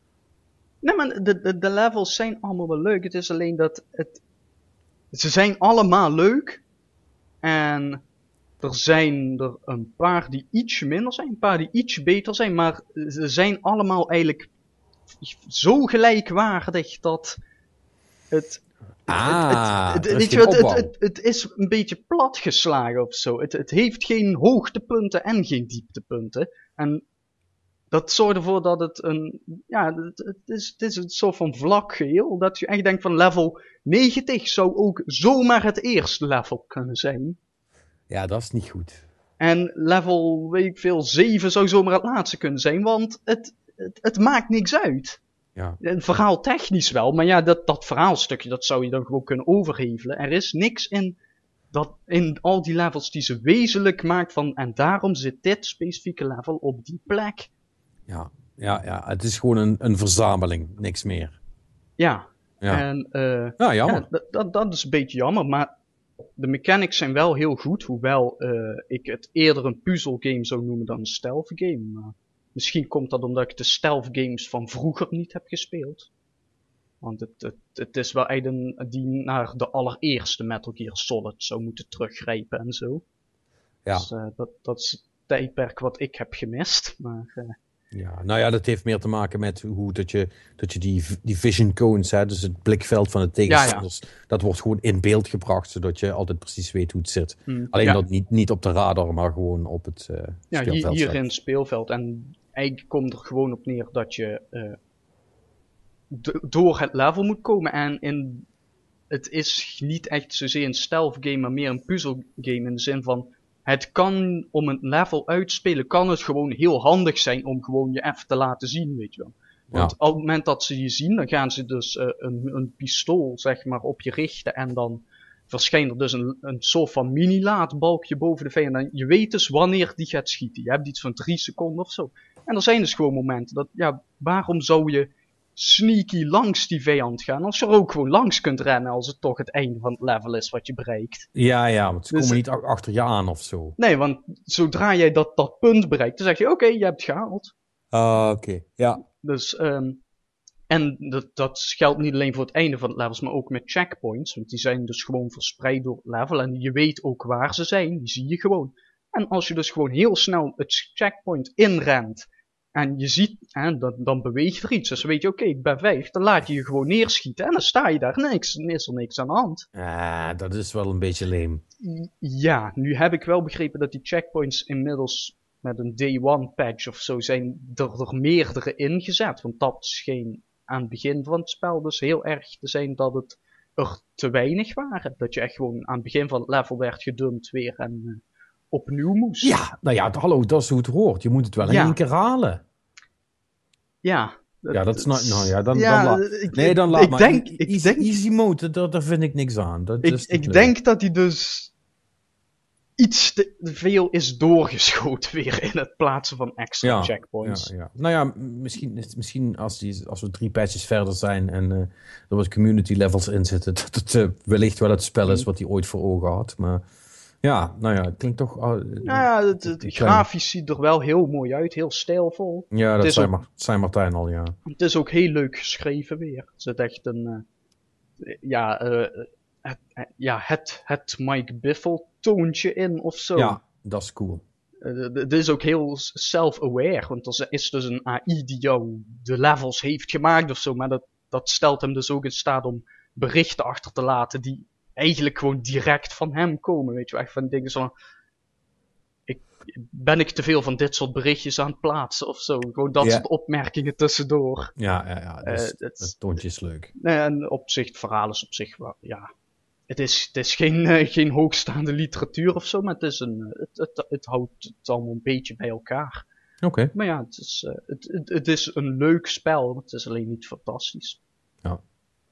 Nee, maar de, de, de levels zijn allemaal wel leuk. Het is alleen dat het... Ze zijn allemaal leuk. En er zijn er een paar die iets minder zijn. Een paar die iets beter zijn. Maar ze zijn allemaal eigenlijk zo gelijkwaardig dat het... Ah, het, het, er het, is weet je geen wat, het, opbouw. het, het is een beetje platgeslagen of zo. Het, het heeft geen hoogtepunten en geen dieptepunten. En dat zorgt ervoor dat het een, ja, het, het, is, het is een soort van vlak geheel. Dat je echt denkt van level negentig zou ook zomaar het eerste level kunnen zijn. Ja, dat is niet goed. En level, weet ik veel, zeven zou zomaar het laatste kunnen zijn. Want het, het, het maakt niks uit. Ja. Een verhaal technisch wel, maar ja, dat, dat verhaalstukje, dat zou je dan gewoon kunnen overhevelen. Er is niks in, dat, in al die levels die ze wezenlijk maakt van, en daarom zit dit specifieke level op die plek. Ja, ja, ja. Het is gewoon een, een verzameling, niks meer. Ja, Ja, en uh, ja jammer. ja, dat, dat, dat is een beetje jammer, maar de mechanics zijn wel heel goed, hoewel uh, ik het eerder een puzzelgame zou noemen dan een stealth game. Maar misschien komt dat omdat ik de stealth games van vroeger niet heb gespeeld. Want het, het, het is wel echt een die naar de allereerste Metal Gear Solid zou moeten teruggrijpen en zo. Ja. Dus uh, dat, dat is het tijdperk wat ik heb gemist. Maar, uh, ja, nou ja, dat heeft meer te maken met hoe dat je, dat je die, die vision cones, hè, dus het blikveld van de tegenstanders, ja, ja. dat wordt gewoon in beeld gebracht, zodat je altijd precies weet hoe het zit. Mm, Alleen ja. dat niet, niet op de radar, maar gewoon op het uh, ja, speelveld. Ja, hier in het speelveld. En eigenlijk komt er gewoon op neer dat je uh, do- door het level moet komen. En in, het is niet echt zozeer een stealth game, maar meer een puzzelgame in de zin van, het kan, om een level uit te spelen, kan het gewoon heel handig zijn om gewoon je even te laten zien, weet je wel. Want ja. op het moment dat ze je zien, dan gaan ze dus uh, een, een pistool, zeg maar, op je richten en dan verschijnt er dus een, een soort van mini-laadbalkje boven de vijand. En je weet dus wanneer die gaat schieten. Je hebt iets van drie seconden of zo. En er zijn dus gewoon momenten dat, ja, waarom zou je sneaky langs die vijand gaan, als je er ook gewoon langs kunt rennen als het toch het einde van het level is wat je bereikt. Ja, ja, want ze dus, komen niet achter je aan of zo. Nee, want zodra jij dat, dat punt bereikt, dan zeg je, oké, okay, je hebt het gehaald. Ah, uh, oké, okay. ja. Dus, um, en dat, dat geldt niet alleen voor het einde van het levels, maar ook met checkpoints, want die zijn dus gewoon verspreid door het level en je weet ook waar ze zijn, die zie je gewoon. En als je dus gewoon heel snel het checkpoint inrent, en je ziet, hè, dan, dan beweegt er iets. Dus dan weet je, oké, okay, ik ben vijf. Dan laat je je gewoon neerschieten. En dan sta je daar. Niks. Dan is er niks aan de hand. Ah, dat is wel een beetje leem. Ja, nu heb ik wel begrepen dat die checkpoints inmiddels met een day one patch of zo zijn er, er meerdere ingezet. Want dat scheen aan het begin van het spel dus heel erg te zijn dat het er te weinig waren. Dat je echt gewoon aan het begin van het level werd gedumpt weer en uh, opnieuw moest. Ja, nou ja, hallo, dat is hoe het hoort. Je moet het wel in ja. één keer halen. Ja. Dat, ja, dat is nou, nou ja, dan, ja, dan laat. Ik, nee, dan laat ik maar. Denk, I, ik easy, denk, easy mode, daar, daar vind ik niks aan. Dat ik is ik denk dat hij dus iets te veel is doorgeschoten weer in het plaatsen van extra ja, checkpoints. Ja, ja. Nou ja, misschien, misschien als, die, als we drie patches verder zijn en uh, er wat community levels in zitten, dat het uh, wellicht wel het spel is wat hij ooit voor ogen had. Maar ja, nou ja, het klinkt toch... Uh, nou ja, het, het, het grafisch ziet er wel heel mooi uit, heel stijlvol. Ja, dat zei, ook, Mar- zei Martijn al, ja. Het is ook heel leuk geschreven weer. Het zit echt een... Uh, ja, uh, het, uh, ja, het, het Mike Biffle toontje in of zo. Ja, dat is cool. Het uh, is ook heel self-aware, want er is dus een A I die jou de levels heeft gemaakt of zo, maar dat, dat stelt hem dus ook in staat om berichten achter te laten die eigenlijk gewoon direct van hem komen, weet je wel. Echt van dingen zo, ik, ben ik te veel van dit soort berichtjes aan het plaatsen of zo. Gewoon dat yeah. soort opmerkingen tussendoor. Ja, ja, ja. Dus uh, het, het toontje is leuk. Nee, en op zich, het verhaal is op zich wel, ja. Het is, het is geen, uh, geen hoogstaande literatuur of zo, maar het is een, het, het, het houdt het allemaal een beetje bij elkaar. Oké. Okay. Maar ja, het is, uh, het, het, het is een leuk spel, het is alleen niet fantastisch. Ja.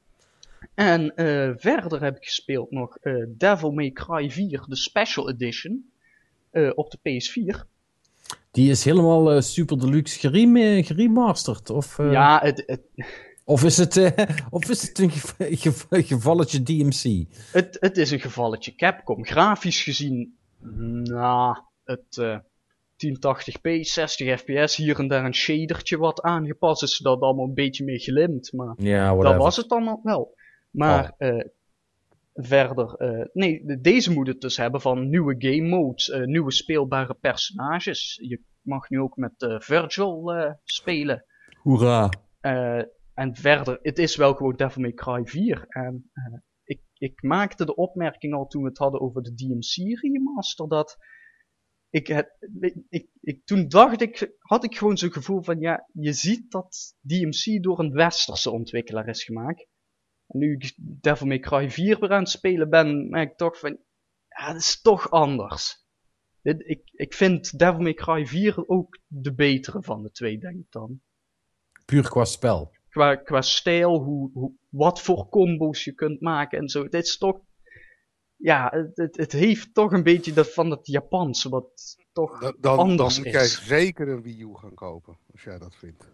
En uh, verder heb ik gespeeld nog uh, Devil May Cry vier, de Special Edition, uh, op de P S vier. Die is helemaal uh, super deluxe gerem- geremasterd. Of, uh, ja, het, het, of, is het, uh, of is het een ge- ge- gevalletje D M C? het, het is een gevalletje Capcom. Grafisch gezien, nou, het uh, tien tachtig p, zestig f p s, hier en daar een shadertje wat aangepast is, zodat het allemaal een beetje mee glimt. Maar ja, dat was het allemaal wel. Maar oh. uh, verder, uh, nee, deze moet het dus hebben van nieuwe game modes, uh, nieuwe speelbare personages. Je mag nu ook met uh, Virgil uh, spelen. Hoera. Uh, en verder, het is wel gewoon Devil May Cry vier. En uh, ik, ik maakte de opmerking al toen we het hadden over de D M C remaster, dat ik, het, ik, ik, toen dacht ik, had ik gewoon zo'n gevoel van, ja, je ziet dat D M C door een westerse ontwikkelaar is gemaakt. En nu ik Devil May Cry vier weer aan het spelen ben, merk ik toch van, ja, dat is toch anders. Dit, ik, ik vind Devil May Cry vier ook de betere van de twee, denk ik dan. Puur qua spel. Qua, qua stijl, hoe, hoe, wat voor combo's je kunt maken en zo. Het is toch, ja, het, het, het heeft toch een beetje dat van het Japanse, wat toch dan, dan, anders dan moet is. jij zeker een Wii U gaan kopen, als jij dat vindt.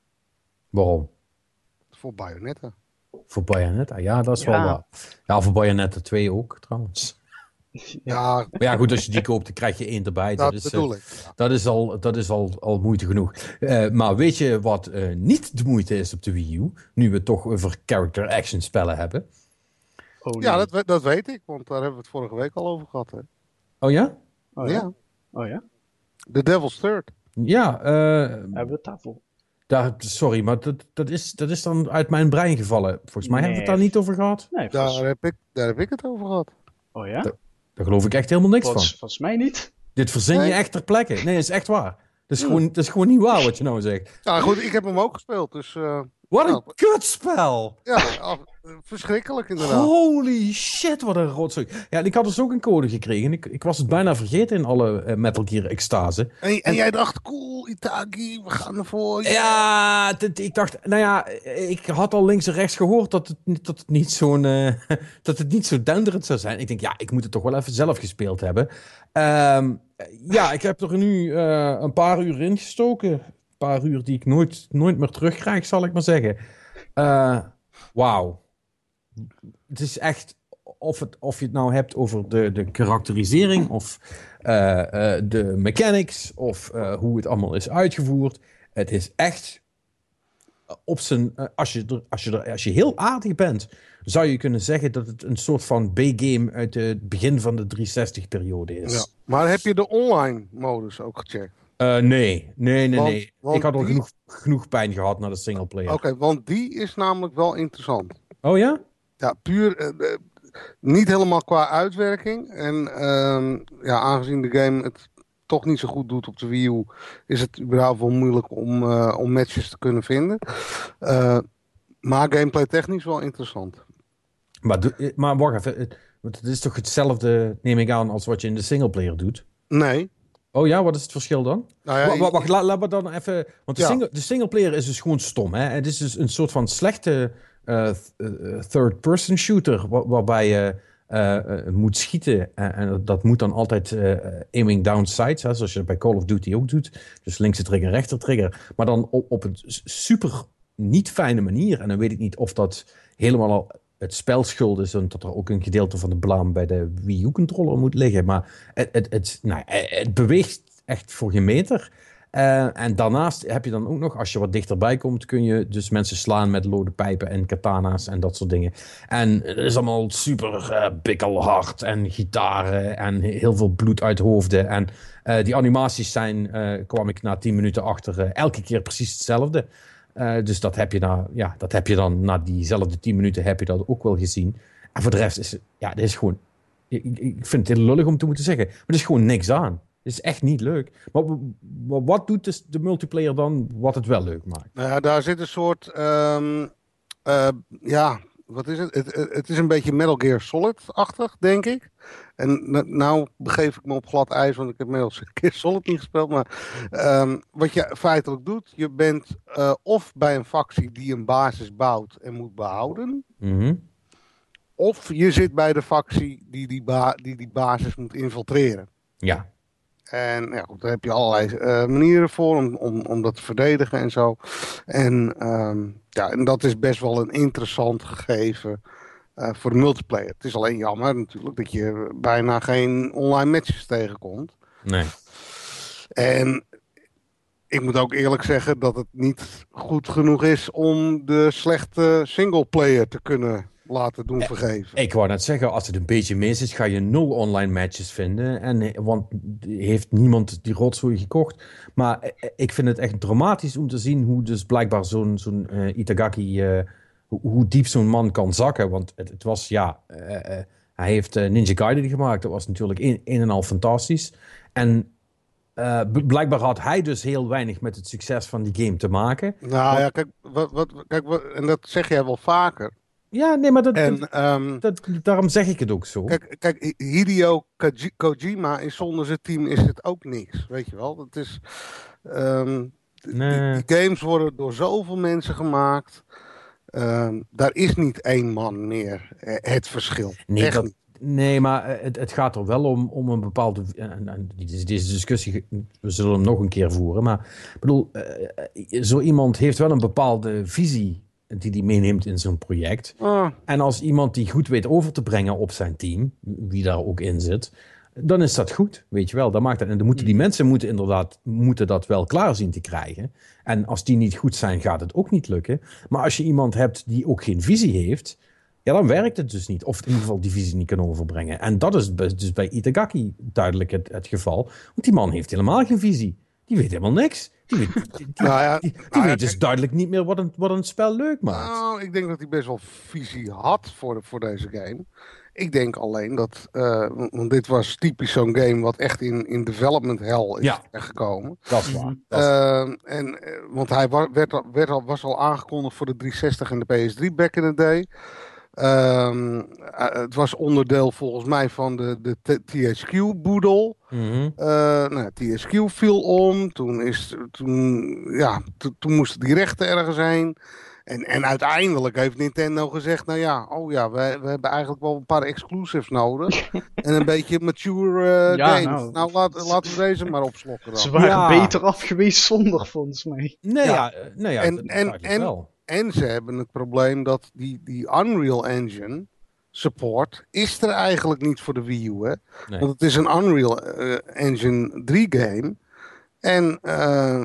Waarom? Voor Bayonetta. Voor Bayonetta, ja, dat is Ja. wel waar. Ja, voor Bayonetta twee ook, trouwens. Ja, Maar ja, goed, als je die koopt, dan krijg je één erbij. dat Dat is, bedoel uh, ik. Ja. dat is, al, dat is al, al moeite genoeg. Uh, maar weet je wat uh, niet de moeite is op de Wii U? Nu we het toch over character action spellen hebben. Oh, nee. Ja, dat, we- dat weet ik, want daar hebben we het vorige week al over gehad. Hè? Oh ja? Oh ja? Ja, Oh ja? The Devil's Third. Ja, uh, Hebben we het daarvoor? daar, sorry, maar dat, dat, is, dat is dan uit mijn brein gevallen. Volgens mij Nee. hebben we het daar niet over gehad. Nee, Daar volgens... heb, ik, daar heb ik het over gehad. Oh ja? Dat- Daar geloof ik echt helemaal niks Volgens, van. volgens mij niet. Dit verzin je Nee. echt ter plekke. Nee, dat is echt waar. Dat is, Hmm. gewoon, dat is gewoon niet waar wat je nou zegt. Ja, goed, ik heb hem ook gespeeld, dus uh, Wat een Nou. kutspel! ja, af- verschrikkelijk inderdaad. Holy shit, wat een rotzooi. Ja, en ik had dus ook een code gekregen. Ik, ik was het bijna vergeten in alle uh, Metal Gear extase. En, en jij dacht, cool, Itagi, we gaan ervoor. Ja, dit- ik dacht, nou ja, ik had al links en rechts gehoord dat het, niet- dat het niet zo'n, uh, dat het niet zo denderend zou zijn. Ik denk, ja, ik moet het toch wel even zelf gespeeld hebben. Um, ja, ik heb er nu uh, een paar uur in gestoken. Een paar uur die ik nooit, nooit meer terugkrijg, zal ik maar zeggen. Uh, Wauw. Het is echt, of, het, of je het nou hebt over de, de karakterisering of uh, uh, de mechanics of uh, hoe het allemaal is uitgevoerd. Het is echt op zijn, uh, als, je er, als, je er, als je heel aardig bent, zou je kunnen zeggen dat het een soort van B-game uit het begin van de driehonderdzestig-periode is. Ja. Maar heb je de online modus ook gecheckt? Uh, nee, nee, nee, Want- nee. want ik had al die- genoeg, genoeg pijn gehad naar de singleplayer. Oké, want die is namelijk wel interessant. Oh ja? Ja, puur uh, uh, niet helemaal qua uitwerking. En uh, ja, aangezien de game het toch niet zo goed doet op de Wii U, is het überhaupt wel moeilijk om, uh, om matches te kunnen vinden. Uh, maar gameplay technisch wel interessant. Maar, do- maar wacht even, het, want het is toch hetzelfde, neem ik aan, als wat je in de singleplayer doet? Nee. Oh ja, wat is het verschil dan? Nou ja, Wa- wa- Wacht, laat laat me dan even... Want de, Ja. single, de singleplayer is dus gewoon stom. Hè? Het is dus een soort van slechte uh, th- uh, third-person shooter... Waar, waarbij je uh, uh, moet schieten. En, en dat moet dan altijd uh, aiming down sights, hè? Zoals je bij Call of Duty ook doet. Dus linkse trigger, rechter trigger. Maar dan op, op een super niet fijne manier. En dan weet ik niet of dat helemaal al het spel schuld is... en dat er ook een gedeelte van de blaam bij de Wii U-controller moet liggen. Maar het, het, het, nou, het beweegt echt voor geen meter. Uh, en daarnaast heb je dan ook nog, als je wat dichterbij komt... kun je dus mensen slaan met lode pijpen en katana's en dat soort dingen. En het is allemaal super uh, bikkelhard en gitaren en heel veel bloed uit hoofden. En uh, die animaties zijn, uh, kwam ik na tien minuten achter, uh, elke keer precies hetzelfde. Uh, dus dat heb, je na, ja, dat heb je dan na diezelfde tien minuten heb je dat ook wel gezien. En voor de rest is ja, dit is gewoon... Ik, ik vind het heel lullig om te moeten zeggen, maar er is gewoon niks aan. Het is echt niet leuk. Maar, maar wat doet de, de multiplayer dan wat het wel leuk maakt? Nou ja, daar zit een soort... Um, uh, ja, wat is het? Het, het? Het is een beetje Metal Gear Solid-achtig, denk ik. En n- nou begeef ik me op glad ijs, want ik heb Metal Gear Solid niet gespeeld. Maar um, wat je feitelijk doet, je bent uh, of bij een factie die een basis bouwt en moet behouden... Mm-hmm. Of je zit bij de factie die die, ba- die die basis moet infiltreren. Ja. En ja, goed, daar heb je allerlei uh, manieren voor om, om, om dat te verdedigen en zo. En, um, ja, en dat is best wel een interessant gegeven uh, voor de multiplayer. Het is alleen jammer natuurlijk dat je bijna geen online matches tegenkomt. Nee. En ik moet ook eerlijk zeggen dat het niet goed genoeg is om de slechte singleplayer te kunnen laten doen vergeven. Ik wou net zeggen, als het een beetje mis is, ga je nul online matches vinden. En, want heeft niemand die rotzooi gekocht. Maar ik vind het echt dramatisch om te zien hoe dus blijkbaar zo'n zo'n uh, Itagaki, uh, hoe, hoe diep zo'n man kan zakken. Want het, het was, ja, uh, uh, hij heeft uh, Ninja Gaiden gemaakt. Dat was natuurlijk een, een en al fantastisch. En Uh, blijkbaar had hij dus heel weinig met het succes van die game te maken. Nou want... ja, kijk, wat, wat, kijk wat, en dat zeg jij wel vaker. Ja, nee, maar dat, en, dat, um, dat, daarom zeg ik het ook zo. Kijk, kijk Hideo Kojima is zonder zijn team is het ook niks, weet je wel. Dat is, um, nee. die, die games worden door zoveel mensen gemaakt. Um, daar is niet één man meer het verschil. Nee, Echt dat, niet. Nee, maar het, het gaat er wel om, om een bepaalde... En, en deze discussie, we zullen hem nog een keer voeren. Maar ik bedoel, uh, zo iemand heeft wel een bepaalde visie die hij meeneemt in zo'n project. Oh. En als iemand die goed weet over te brengen op zijn team, wie daar ook in zit, dan is dat goed, weet je wel. Dat maakt dat, en dan moeten die mensen moeten inderdaad moeten dat wel klaar zien te krijgen. En als die niet goed zijn, gaat het ook niet lukken. Maar als je iemand hebt die ook geen visie heeft, ja, dan werkt het dus niet. Of in ieder geval die visie niet kan overbrengen. En dat is dus bij Itagaki duidelijk het, het geval. Want die man heeft helemaal geen visie. Die weet helemaal niks. Die weet, die, die, nou ja, die, die nou weet ja, dus kijk, duidelijk niet meer wat een, wat een spel leuk maakt. Nou, ik denk dat hij best wel visie had voor, de, voor deze game. Ik denk alleen dat, uh, want dit was typisch zo'n game wat echt in, in development hell is Ja. gekomen. Dat is waar. Uh, uh, en, uh, want hij wa- werd al, werd al, was al aangekondigd voor de driehonderdzestig en de P S drie back in the day. Um, uh, het was onderdeel volgens mij van de, de T H Q-boedel. Mm-hmm. Uh, nou, T H Q viel om. Toen, is, toen, ja, to, toen moesten die rechten ergens heen. En, en uiteindelijk heeft Nintendo gezegd, nou ja, oh ja, we, we hebben eigenlijk wel een paar exclusives nodig. En een beetje mature uh, ja, games. Nou, nou, laat, laten we deze maar opslokken dan. Ze waren Ja. beter af geweest zonder, volgens mij. Nee, Ja. ja, nee, ja En- dat- en- duidelijk en- wel. En ze hebben het probleem dat die, die Unreal Engine support is er eigenlijk niet voor de Wii U, hè? Nee. Want het is een Unreal uh, Engine drie game. En uh,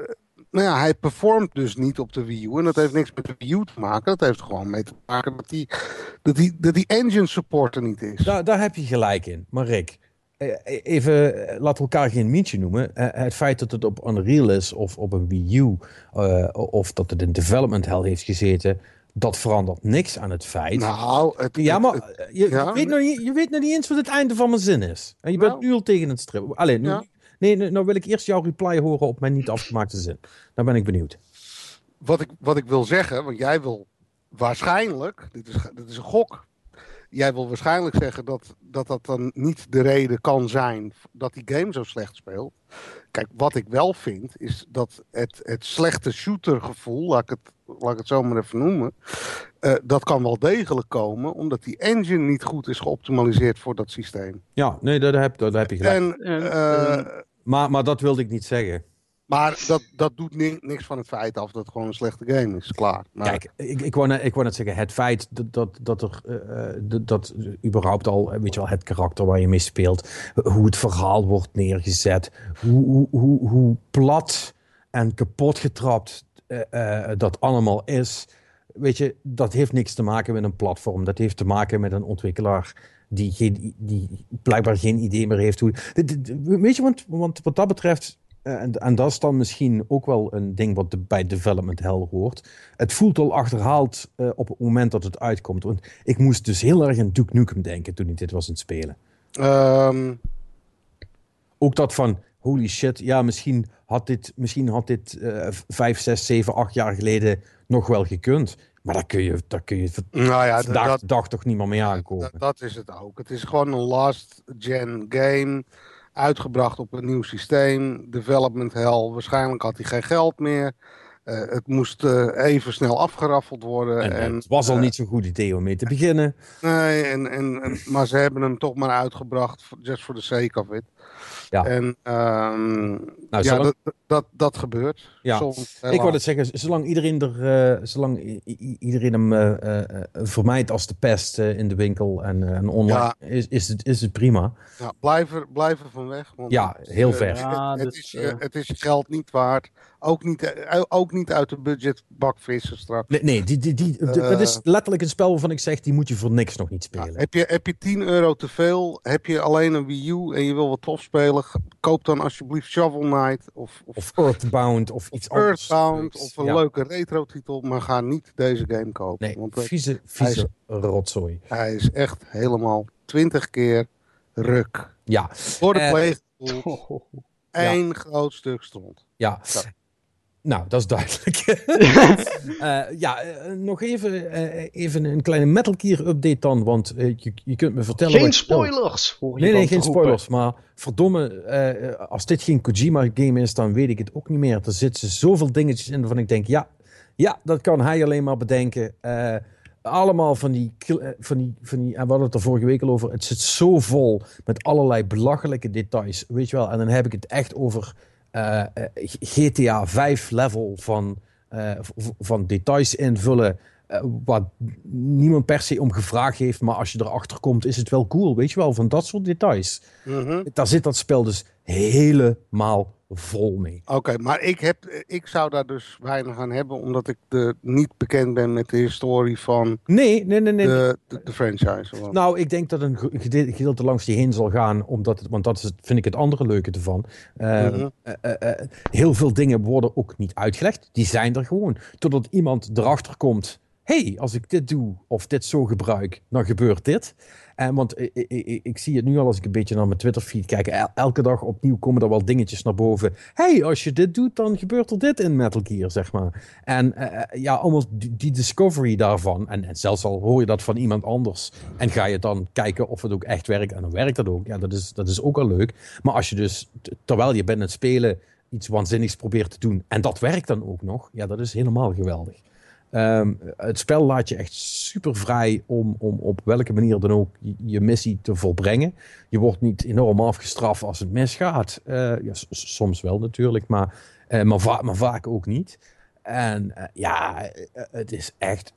nou ja, hij performt dus niet op de Wii U. En dat heeft niks met de Wii U te maken. Dat heeft gewoon mee te maken dat die, dat die, dat die engine support er niet is. Daar, daar heb je gelijk in. Maar Rick, eh, even, eh, laten we elkaar geen mietje noemen. Eh, Het feit dat het op Unreal is of op een Wii U, eh, of dat het in development hell heeft gezeten, dat verandert niks aan het feit. Nou, het, Ja, het- maar het- je, ja? je, weet nog niet, je weet nog niet eens wat het einde van mijn zin is. En je bent Nou. nu al tegen het strippen. Alleen, nu, Ja. nee, nee, nou wil ik eerst jouw reply horen op mijn niet afgemaakte zin. Dan ben ik benieuwd. wat, ik, wat ik wil zeggen, want jij wil waarschijnlijk, dit is, dit is een gok. Jij wil waarschijnlijk zeggen dat, dat dat dan niet de reden kan zijn dat die game zo slecht speelt. Kijk, wat ik wel vind, is dat het, het slechte shootergevoel, laat ik het, laat ik het zo maar even noemen, uh, dat kan wel degelijk komen, omdat die engine niet goed is geoptimaliseerd voor dat systeem. Ja, nee, daar heb, daar heb je gelijk. En, En, uh, uh, Maar, maar dat wilde ik niet zeggen. maar dat, dat doet ni- niks van het feit af dat het gewoon een slechte game is. Klaar. Maar, Kijk, ik, ik, wou net, ik wou net zeggen, het feit dat, dat, dat er uh, dat, dat überhaupt al, weet je wel, het karakter waar je mee speelt, hoe het verhaal wordt neergezet, hoe, hoe, hoe, hoe plat en kapot getrapt uh, uh, dat allemaal is, weet je, dat heeft niks te maken met een platform. Dat heeft te maken met een ontwikkelaar die, geen, die blijkbaar geen idee meer heeft hoe... Weet je, want, want wat dat betreft... Uh, en, en dat is dan misschien ook wel een ding wat de, bij development hell hoort. Het voelt al achterhaald uh, op het moment dat het uitkomt. Want ik moest dus heel erg aan Duke Nukem denken toen ik dit was aan het spelen. Um... Ook dat van, holy shit, ja, misschien had dit, misschien had dit uh, vijf, zes, zeven, acht jaar geleden nog wel gekund. Maar daar kun je, daar kun je nou ja, vandaag dat, de dag toch niet meer mee aankomen. Dat, dat is het ook. Het is gewoon een last-gen game. Uitgebracht op een nieuw systeem. Development hell. Waarschijnlijk had hij geen geld meer. Uh, het moest uh, even snel afgeraffeld worden. En, en het was al uh, niet zo'n goed idee om mee te beginnen. Nee, en, en, en, maar ze hebben hem toch maar uitgebracht. Just for the sake of it. Ja. En um, nou, ja, zolang... dat, dat, dat gebeurt. Ja. Soms, ik wou het zeggen, zolang iedereen, er, uh, zolang i- i- iedereen hem uh, uh, vermijdt als de pest uh, in de winkel en, uh, en online, ja. is, is, het, is het prima. Ja, blijf, er, blijf er van weg. Want ja, het, heel uh, ver. Het, ja, het, het, dus, is, uh... het is je geld niet waard. Ook niet, ook niet uit de budgetbak vissen straks. Nee, nee die, die, die, uh, dat is letterlijk een spel waarvan ik zeg, die moet je voor niks nog niet spelen. Ja, heb, je, heb je tien euro te veel, heb je alleen een Wii U en je wil wat tof spelen, koop dan alsjeblieft Shovel Knight of, of, of Earthbound of iets of anders. Earthbound of een ja. leuke retro titel, maar ga niet deze game kopen. Nee, want vieze, vieze hij is, rotzooi. Hij is echt helemaal twintig keer ruk. Ja. Door de uh, pleeggevoel. Oh, Eén ja. groot stuk stront. Ja. ja. Nou, dat is duidelijk. uh, ja, uh, nog even, uh, even een kleine Metal Gear update dan, want uh, je, je kunt me vertellen... Geen wat... spoilers! Oh. Nee, nee, geen spoilers, maar verdomme, uh, als dit geen Kojima game is, dan weet ik het ook niet meer. Er zitten zoveel dingetjes in waarvan ik denk, ja, ja, dat kan hij alleen maar bedenken. Uh, allemaal van die, van die, van die, en we hadden het er vorige week al over, het zit zo vol met allerlei belachelijke details, weet je wel. En dan heb ik het echt over... Uh, G T A vijf level van, uh, v- van details invullen uh, wat niemand per se om gevraagd heeft, maar als je erachter komt is het wel cool, weet je wel, van dat soort details. Mm-hmm. Daar zit dat spel dus helemaal vol mee. Oké, okay, maar ik, heb, ik zou daar dus weinig aan hebben, omdat ik de, niet bekend ben met de historie van nee, nee, nee, nee. De, de, de franchise. Of nou, ik denk dat een gedeelte langs die heen zal gaan, omdat het, want dat is het, vind ik het andere leuke ervan. Uh, mm-hmm. uh, uh, uh, heel veel dingen worden ook niet uitgelegd. Die zijn er gewoon. Totdat iemand erachter komt, hey, als ik dit doe of dit zo gebruik, dan gebeurt dit. En want ik, ik, ik zie het nu al als ik een beetje naar mijn Twitter-feed kijk. El, elke dag opnieuw komen er wel dingetjes naar boven. Hey, als je dit doet, dan gebeurt er dit in Metal Gear, zeg maar. En uh, ja, allemaal die, die discovery daarvan. En, en zelfs al hoor je dat van iemand anders. En ga je dan kijken of het ook echt werkt. En dan werkt dat ook. Ja, dat is, dat is ook al leuk. Maar als je dus, t- terwijl je bent aan het spelen, iets waanzinnigs probeert te doen. En dat werkt dan ook nog. Ja, dat is helemaal geweldig. Um, het spel laat je echt super vrij om, om op welke manier dan ook je, je missie te volbrengen. Je wordt niet enorm afgestraft als het misgaat. Uh, ja, s- soms wel natuurlijk, maar, uh, maar, va- maar vaak ook niet. En uh, ja, uh, het is echt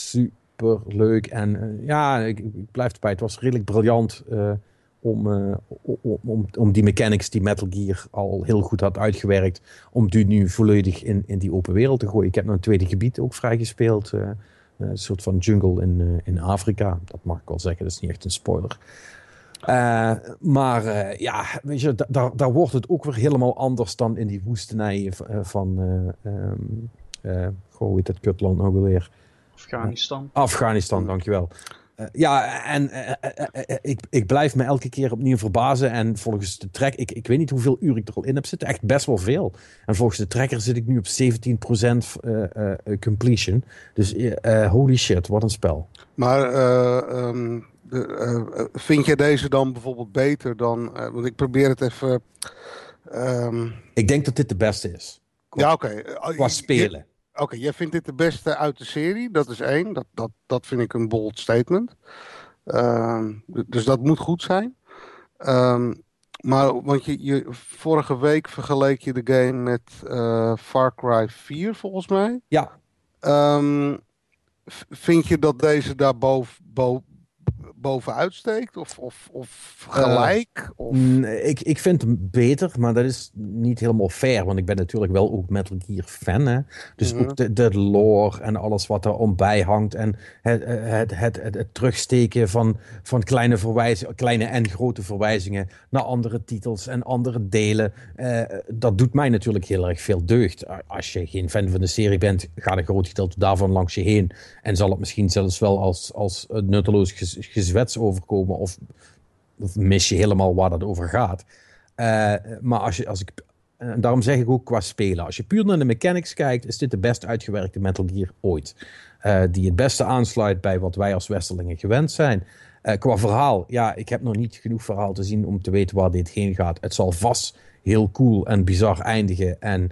super leuk. En uh, ja, ik, ik blijf erbij. Het was redelijk briljant uh, om, uh, om, om, om die mechanics die Metal Gear al heel goed had uitgewerkt, om die nu volledig in, in die open wereld te gooien. Ik heb nog een tweede gebied ook vrijgespeeld. Uh, een soort van jungle in, uh, in Afrika. Dat mag ik wel zeggen, dat is niet echt een spoiler. Uh, maar uh, ja, weet je, da- daar, daar wordt het ook weer helemaal anders dan in die woestenijen van, uh, um, uh, goh, hoe heet dat kutland nou weer? Afghanistan. Afghanistan, dankjewel. Uh, ja, en uh, uh, uh, uh, ik, ik blijf me elke keer opnieuw verbazen. En volgens de track, ik, ik weet niet hoeveel uur ik er al in heb zitten. Echt best wel veel. En volgens de tracker zit ik nu op zeventien procent uh, uh, completion. Dus uh, holy shit, wat een spel. Maar uh, um, de, uh, vind je deze dan bijvoorbeeld beter dan... Uh, want ik probeer het even... Um... Ik denk dat dit de beste is. Qua, ja, oké. Okay. Qua spelen. Oké, okay, jij vindt dit de beste uit de serie. Dat is één. Dat, dat, dat vind ik een bold statement. Um, dus dat moet goed zijn. Um, maar want je, je, vorige week vergeleek je de game met uh, Far Cry vier, volgens mij. Ja. Um, vind je dat deze daar boven... Boven bovenuit steekt? Of, of, of gelijk? Uh, of... Ik, ik vind hem beter, maar dat is niet helemaal fair. Want ik ben natuurlijk wel ook Metal Gear fan. Hè? Dus mm-hmm. ook de, de lore en alles wat er ombij hangt. En het, het, het, het, het terugsteken van, van kleine, verwijzingen, kleine en grote verwijzingen naar andere titels en andere delen. Uh, dat doet mij natuurlijk heel erg veel deugd. Als je geen fan van de serie bent, gaat een groot gedeelte daarvan langs je heen. En zal het misschien zelfs wel als, als nutteloos gez, gezwets overkomen. Of, of mis je helemaal waar dat over gaat. Uh, maar als je, als ik, en daarom zeg ik ook qua spelen. Als je puur naar de mechanics kijkt, is dit de best uitgewerkte Metal Gear ooit. Uh, die het beste aansluit bij wat wij als Westerlingen gewend zijn. Uh, qua verhaal, ja, ik heb nog niet genoeg verhaal te zien om te weten waar dit heen gaat. Het zal vast heel cool en bizar eindigen en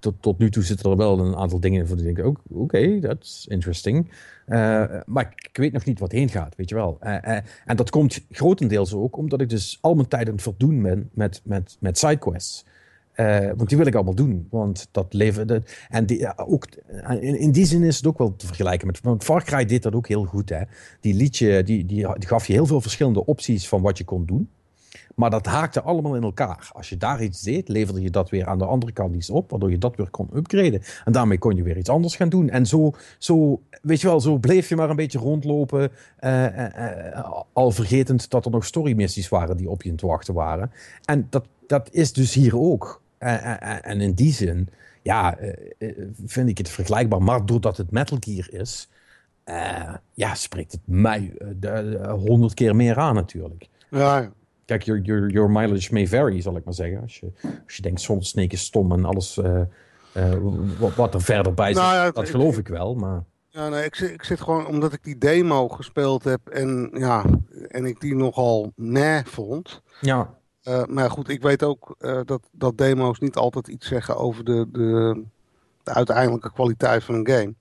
tot, tot nu toe zitten er wel een aantal dingen in voor die ik denk, oké, okay, that's interesting. Uh, maar ik weet nog niet wat heen gaat, weet je wel. Uh, uh, en dat komt grotendeels ook omdat ik dus al mijn tijd aan het verdoen ben met, met, met sidequests. Uh, want die wil ik allemaal doen. Want dat leven. Dat, en die, ja, ook, in, in die zin is het ook wel te vergelijken met. Want Far Cry deed dat ook heel goed. Hè? Die, liet je, die, die, die gaf je heel veel verschillende opties van wat je kon doen. Maar dat haakte allemaal in elkaar. Als je daar iets deed, leverde je dat weer aan de andere kant iets op. Waardoor je dat weer kon upgraden. En daarmee kon je weer iets anders gaan doen. En zo, zo weet je wel, zo bleef je maar een beetje rondlopen. Uh, uh, uh, al vergetend dat er nog storymissies waren die op je te wachten waren. En dat, dat is dus hier ook. Uh, uh, uh, en in die zin, ja, uh, uh, vind ik het vergelijkbaar. Maar doordat het Metal Gear is, uh, ja, spreekt het mij honderd uh, keer meer aan natuurlijk. Ja, ja. Kijk, your, your, your mileage may vary, zal ik maar zeggen. Als je, als je denkt, Solid Snake is stom en alles uh, uh, wat, wat er verder bij zit, nou ja, dat ik, geloof ik wel. Maar... Ja, nee, ik, zit, ik zit gewoon, omdat ik die demo gespeeld heb en, ja, en ik die nogal nee vond. Ja. Uh, maar goed, ik weet ook uh, dat, dat demo's niet altijd iets zeggen over de, de, de uiteindelijke kwaliteit van een game.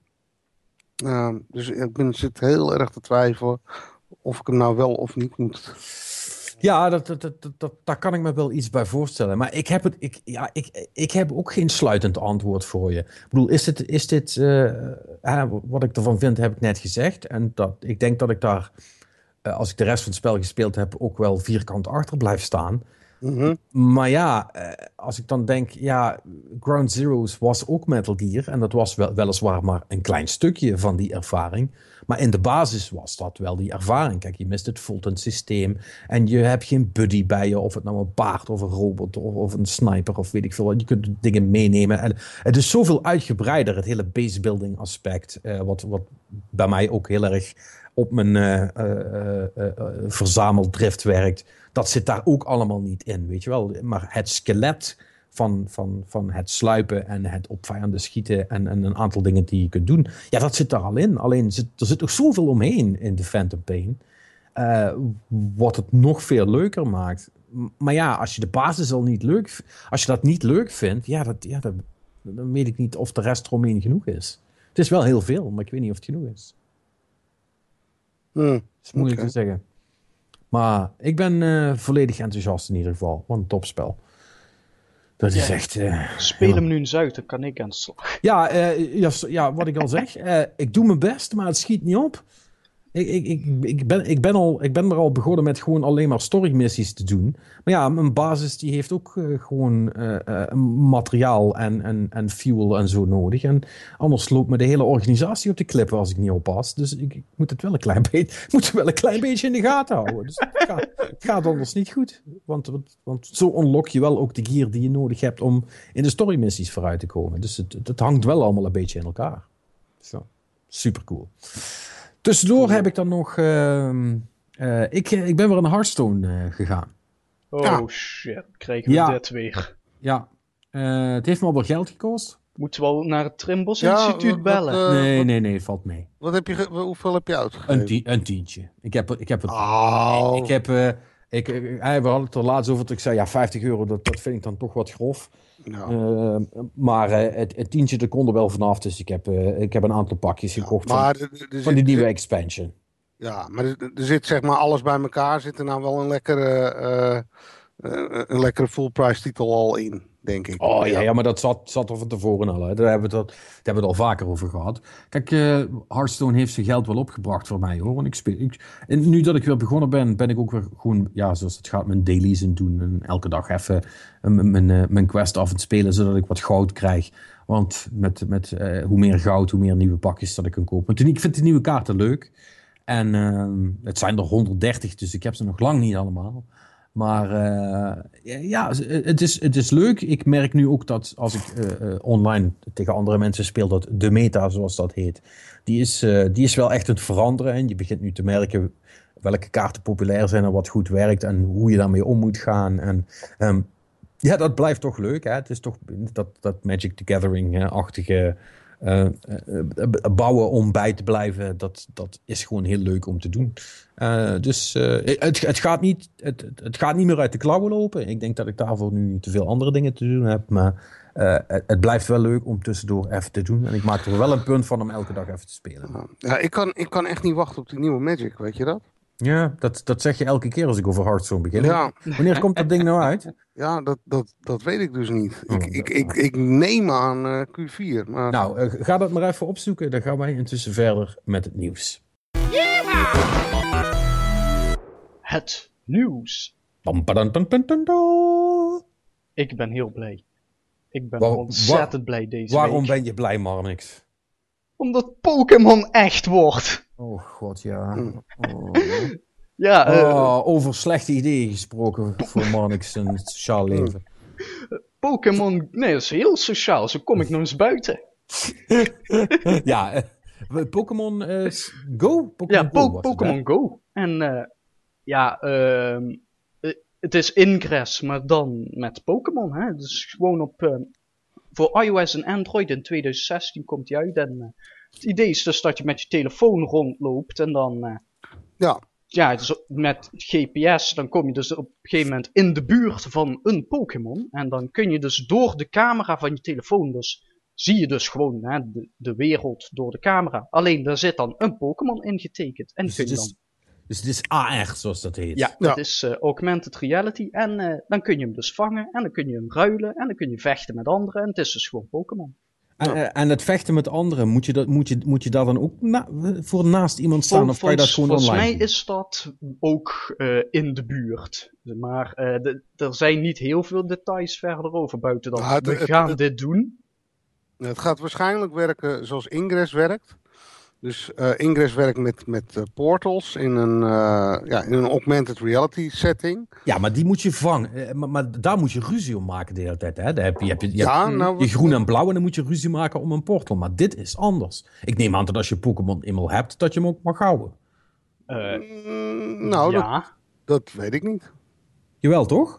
Uh, dus ik ben, zit heel erg te twijfelen of ik hem nou wel of niet moet. Ja, dat, dat, dat, dat, daar kan ik me wel iets bij voorstellen. Maar ik heb, het, ik, ja, ik, ik heb ook geen sluitend antwoord voor je. Ik bedoel, is dit, is dit uh, uh, wat ik ervan vind, heb ik net gezegd. En dat, ik denk dat ik daar, uh, als ik de rest van het spel gespeeld heb, ook wel vierkant achter blijf staan. Mm-hmm. Maar ja, als ik dan denk, ja, Ground Zeroes was ook Metal Gear. En dat was wel, weliswaar maar een klein stukje van die ervaring. Maar in de basis was dat wel die ervaring. Kijk, je mist het Fulton systeem. En je hebt geen buddy bij je. Of het nou een paard of een robot of, of een sniper of weet ik veel. Je kunt dingen meenemen. En het is zoveel uitgebreider, het hele basebuilding aspect. Uh, wat, wat bij mij ook heel erg op mijn uh, uh, uh, uh, verzameldrift werkt. Dat zit daar ook allemaal niet in, weet je wel. Maar het skelet van, van, van het sluipen en het op vijanden schieten en, en een aantal dingen die je kunt doen, ja, dat zit daar al in. Alleen zit, er zit nog zoveel omheen in de Phantom Pain. Uh, wat het nog veel leuker maakt. Maar ja, als je de basis al niet leuk, als je dat niet leuk vindt, ja, dat, ja dat, dan weet ik niet of de rest eromheen genoeg is. Het is wel heel veel, maar ik weet niet of het genoeg is. Hmm, dat is moeilijk okay. te zeggen. Maar ik ben uh, volledig enthousiast in ieder geval. Wat een topspel. Dat is ja, echt... Uh, speel hem nu in Zuid, dan kan ik aan de slag. Ja, uh, ja, ja, wat ik al zeg. Uh, ik doe mijn best, maar het schiet niet op. Ik, ik, ik, ik, ben, ik, ben al, ik ben er al begonnen met gewoon alleen maar storymissies te doen. Maar ja, mijn basis die heeft ook uh, gewoon uh, uh, materiaal en, en, en fuel en zo nodig. En anders loopt me de hele organisatie op de klippen als ik niet oppas. Dus ik, ik moet het wel een klein beetje, moet het wel een klein beetje in de gaten houden. Dus het gaat, het gaat anders niet goed. Want, want, want zo unlock je wel ook de gear die je nodig hebt om in de storymissies vooruit te komen. Dus het, het hangt wel allemaal een beetje in elkaar. Zo, super cool. Tussendoor heb ik dan nog... Uh, uh, ik, ik ben weer naar Hearthstone uh, gegaan. Oh ja. Shit, krijgen we ja. dit weer. Ja, uh, het heeft me al wel geld gekost. Moeten we al naar het Trimbos ja, Instituut wat, bellen? Wat, uh, nee, nee, nee, valt mee. Wat heb je, hoeveel heb je uitgegeven? Een, tie, een tientje. Ik heb, ik heb het... Oh. Ik, ik heb... Uh, ik, uh, we hadden het er laatst over dat ik zei, ja, vijftig euro, dat, dat vind ik dan toch wat grof. Ja. Uh, maar uh, het, het tientje, er kon er wel vanaf, dus ik heb, uh, ik heb een aantal pakjes ja, gekocht van, de, de, de, van die nieuwe expansion. Ja, maar er, er zit zeg maar alles bij elkaar, zit er nou wel een lekkere, uh, uh, een lekkere full price titel al in, denk ik. Oh ja, ja maar dat zat, zat er van tevoren al. Hè. Daar hebben we het, daar hebben we het al vaker over gehad. Kijk, uh, Hearthstone heeft zijn geld wel opgebracht voor mij, hoor. Want ik speel, ik, en nu dat ik weer begonnen ben, ben ik ook weer gewoon, ja, zoals het gaat, mijn dailies in doen. En elke dag even uh, mijn, uh, mijn quest af en spelen, zodat ik wat goud krijg. Want met, met uh, hoe meer goud, hoe meer nieuwe pakjes dat ik kan kopen. Maar ik vind de nieuwe kaarten leuk. En uh, het zijn er honderddertig, dus ik heb ze nog lang niet allemaal. Maar uh, ja, het is, het is leuk. Ik merk nu ook dat als ik uh, uh, online tegen andere mensen speel, dat de meta, zoals dat heet, die is, uh, die is wel echt aan het veranderen. En je begint nu te merken welke kaarten populair zijn en wat goed werkt en hoe je daarmee om moet gaan. En um, ja, dat blijft toch leuk. Hè? Het is toch dat, dat Magic the Gathering-achtige uh, uh, bouwen om bij te blijven, dat, dat is gewoon heel leuk om te doen. Uh, dus uh, het, het, gaat niet, het, het gaat niet meer uit de klauwen lopen. Ik denk dat ik daarvoor nu te veel andere dingen te doen heb. Maar uh, het, het blijft wel leuk om tussendoor even te doen. En ik maak er wel een punt van om elke dag even te spelen. Ja, ik kan, ik kan echt niet wachten op die nieuwe Magic, weet je dat? Ja, dat, dat zeg je elke keer als ik over Hearthstone begin. Ja. Wanneer komt dat ding nou uit? Ja, dat, dat, dat weet ik dus niet. Oh, ik, ik, ik, ik neem aan uh, Q vier. Maar... Nou, uh, ga dat maar even opzoeken. Dan gaan wij intussen verder met het nieuws. Yeah! Het nieuws. Bam, badam, bam, bam, bam, bam. Ik ben heel blij. Ik ben Waar, ontzettend waar, blij deze waarom week. Waarom ben je blij, Marnix? Omdat Pokémon echt wordt. Oh god, ja. Oh. ja uh, oh, over slechte ideeën gesproken voor Marnix zijn sociaal leven. Pokémon, nee, dat is heel sociaal. Zo kom ik nog eens buiten. ja, uh, Pokémon uh, Go? Pokemon ja, po- Pokémon Go. En uh, ja, uh, het is Ingress, maar dan met Pokémon. Hè? Dus gewoon op... Uh, voor iOS en Android in twintig zestien komt die uit. En uh, het idee is dus dat je met je telefoon rondloopt en dan... Uh, ja. Ja, dus met G P S, dan kom je dus op een gegeven moment in de buurt van een Pokémon. En dan kun je dus door de camera van je telefoon, dus zie je dus gewoon hè, de, de wereld door de camera. Alleen daar zit dan een Pokémon ingetekend. En dus, kun je het is, dan... dus het is A R, zoals dat heet. Ja, dat ja. is uh, augmented reality. En uh, dan kun je hem dus vangen en dan kun je hem ruilen en dan kun je vechten met anderen. En het is dus gewoon Pokémon. En, ja. en het vechten met anderen, moet je, dat, moet je, moet je daar dan ook na, voor naast iemand staan? Vol, of kan je dat gewoon volgens online mij doen? Is dat ook uh, in de buurt. Maar uh, de, er zijn niet heel veel details verder over buiten dat. Nou, het, we het, gaan het, dit doen. Het gaat waarschijnlijk werken zoals Ingress werkt. Dus uh, Ingress werkt met, met uh, portals in een, uh, ja, in een augmented reality setting. Ja, maar die moet je vangen. Uh, maar, maar daar moet je ruzie om maken de hele tijd. Hè? Daar heb je, heb je, je, ja, hebt, nou, je groen en blauw en dan moet je ruzie maken om een portal. Maar dit is anders. Ik neem aan dat als je Pokémon eenmaal hebt, dat je hem ook mag houden. Uh, mm, nou, ja. dat, dat weet ik niet. Jawel, toch?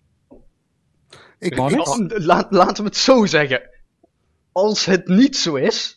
Ik, ik, ik, laat, laten we het zo zeggen. Als het niet zo is...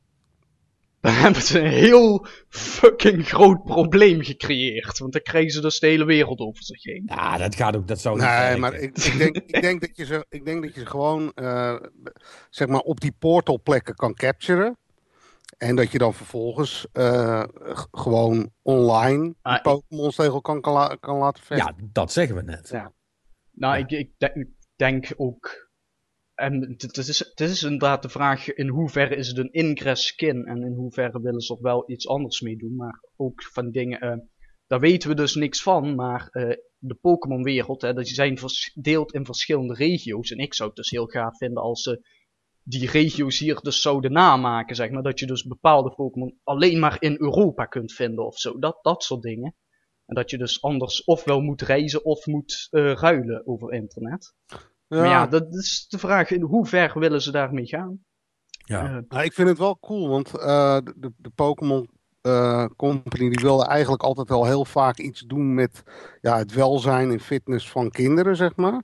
dan hebben ze een heel fucking groot probleem gecreëerd. Want dan krijgen ze dus de hele wereld over zich heen. Ja, dat gaat ook, dat zou niet Nee, werken. maar ik, ik, denk, ik, denk dat je ze, ik denk dat je ze gewoon, uh, zeg maar, op die portalplekken kan capturen. En dat je dan vervolgens uh, g- gewoon online ah, Pokémon's tegen kan, kan, la- kan laten vechten. Ja, dat zeggen we net. Ja. Nou, ja. Ik, ik, de- ik denk ook... En het is, het is inderdaad de vraag in hoeverre is het een ingress skin en in hoeverre willen ze er wel iets anders mee doen. Maar ook van dingen, uh, daar weten we dus niks van. Maar uh, de Pokémon wereld, hè, die zijn verdeeld in verschillende regio's. En ik zou het dus heel gaaf vinden als ze die regio's hier dus zouden namaken. Zeg maar, dat je dus bepaalde Pokémon alleen maar in Europa kunt vinden of zo. Dat, dat soort dingen. En dat je dus anders ofwel moet reizen of moet uh, ruilen over internet. Ja. Maar ja, dat is de vraag, in hoe ver willen ze daarmee gaan? Ja. Uh, nou, ik vind het wel cool, want uh, de, de Pokémon uh, Company die wilde eigenlijk altijd al heel vaak iets doen met ja, het welzijn en fitness van kinderen, zeg maar.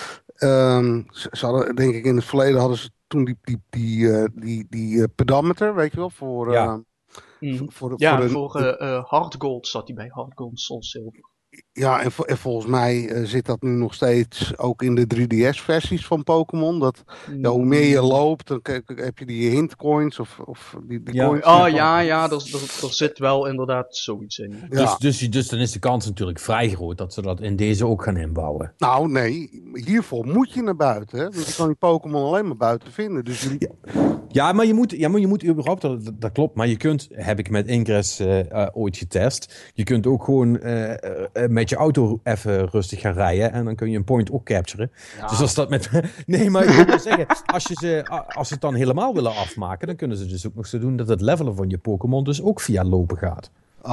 Um, ze, ze hadden, denk ik, in het verleden hadden ze toen die, die, die, uh, die, die uh, pedometer, weet je wel, voor... Ja, uh, mm. voor, de, ja, voor, de, voor uh, uh, Hard Gold zat hij bij, Hard Gold, Soul Silver. Ja, en, en volgens mij uh, zit dat nu nog steeds ook in de drie D S-versies van Pokémon. Dat mm. ja, hoe meer je loopt, dan k- k- heb je die hintcoins of, of die, die ja. coins. Oh ja, ja, er, er, er zit wel inderdaad zoiets in. Ja. Dus, dus, dus dan is de kans natuurlijk vrij groot dat ze dat in deze ook gaan inbouwen. Nou nee, hiervoor moet je naar buiten. Hè? Want je kan die Pokémon alleen maar buiten vinden. Dus jullie... ja. Ja, maar je moet, ja, maar je moet überhaupt, dat, dat klopt, maar je kunt, heb ik met Ingress uh, uh, ooit getest, je kunt ook gewoon uh, uh, met je auto even rustig gaan rijden en dan kun je een point ook capturen. Ja. Dus als dat met, nee, maar ik wil maar zeggen, als, je ze, als ze het dan helemaal willen afmaken, dan kunnen ze dus ook nog zo doen dat het levelen van je Pokémon dus ook via lopen gaat.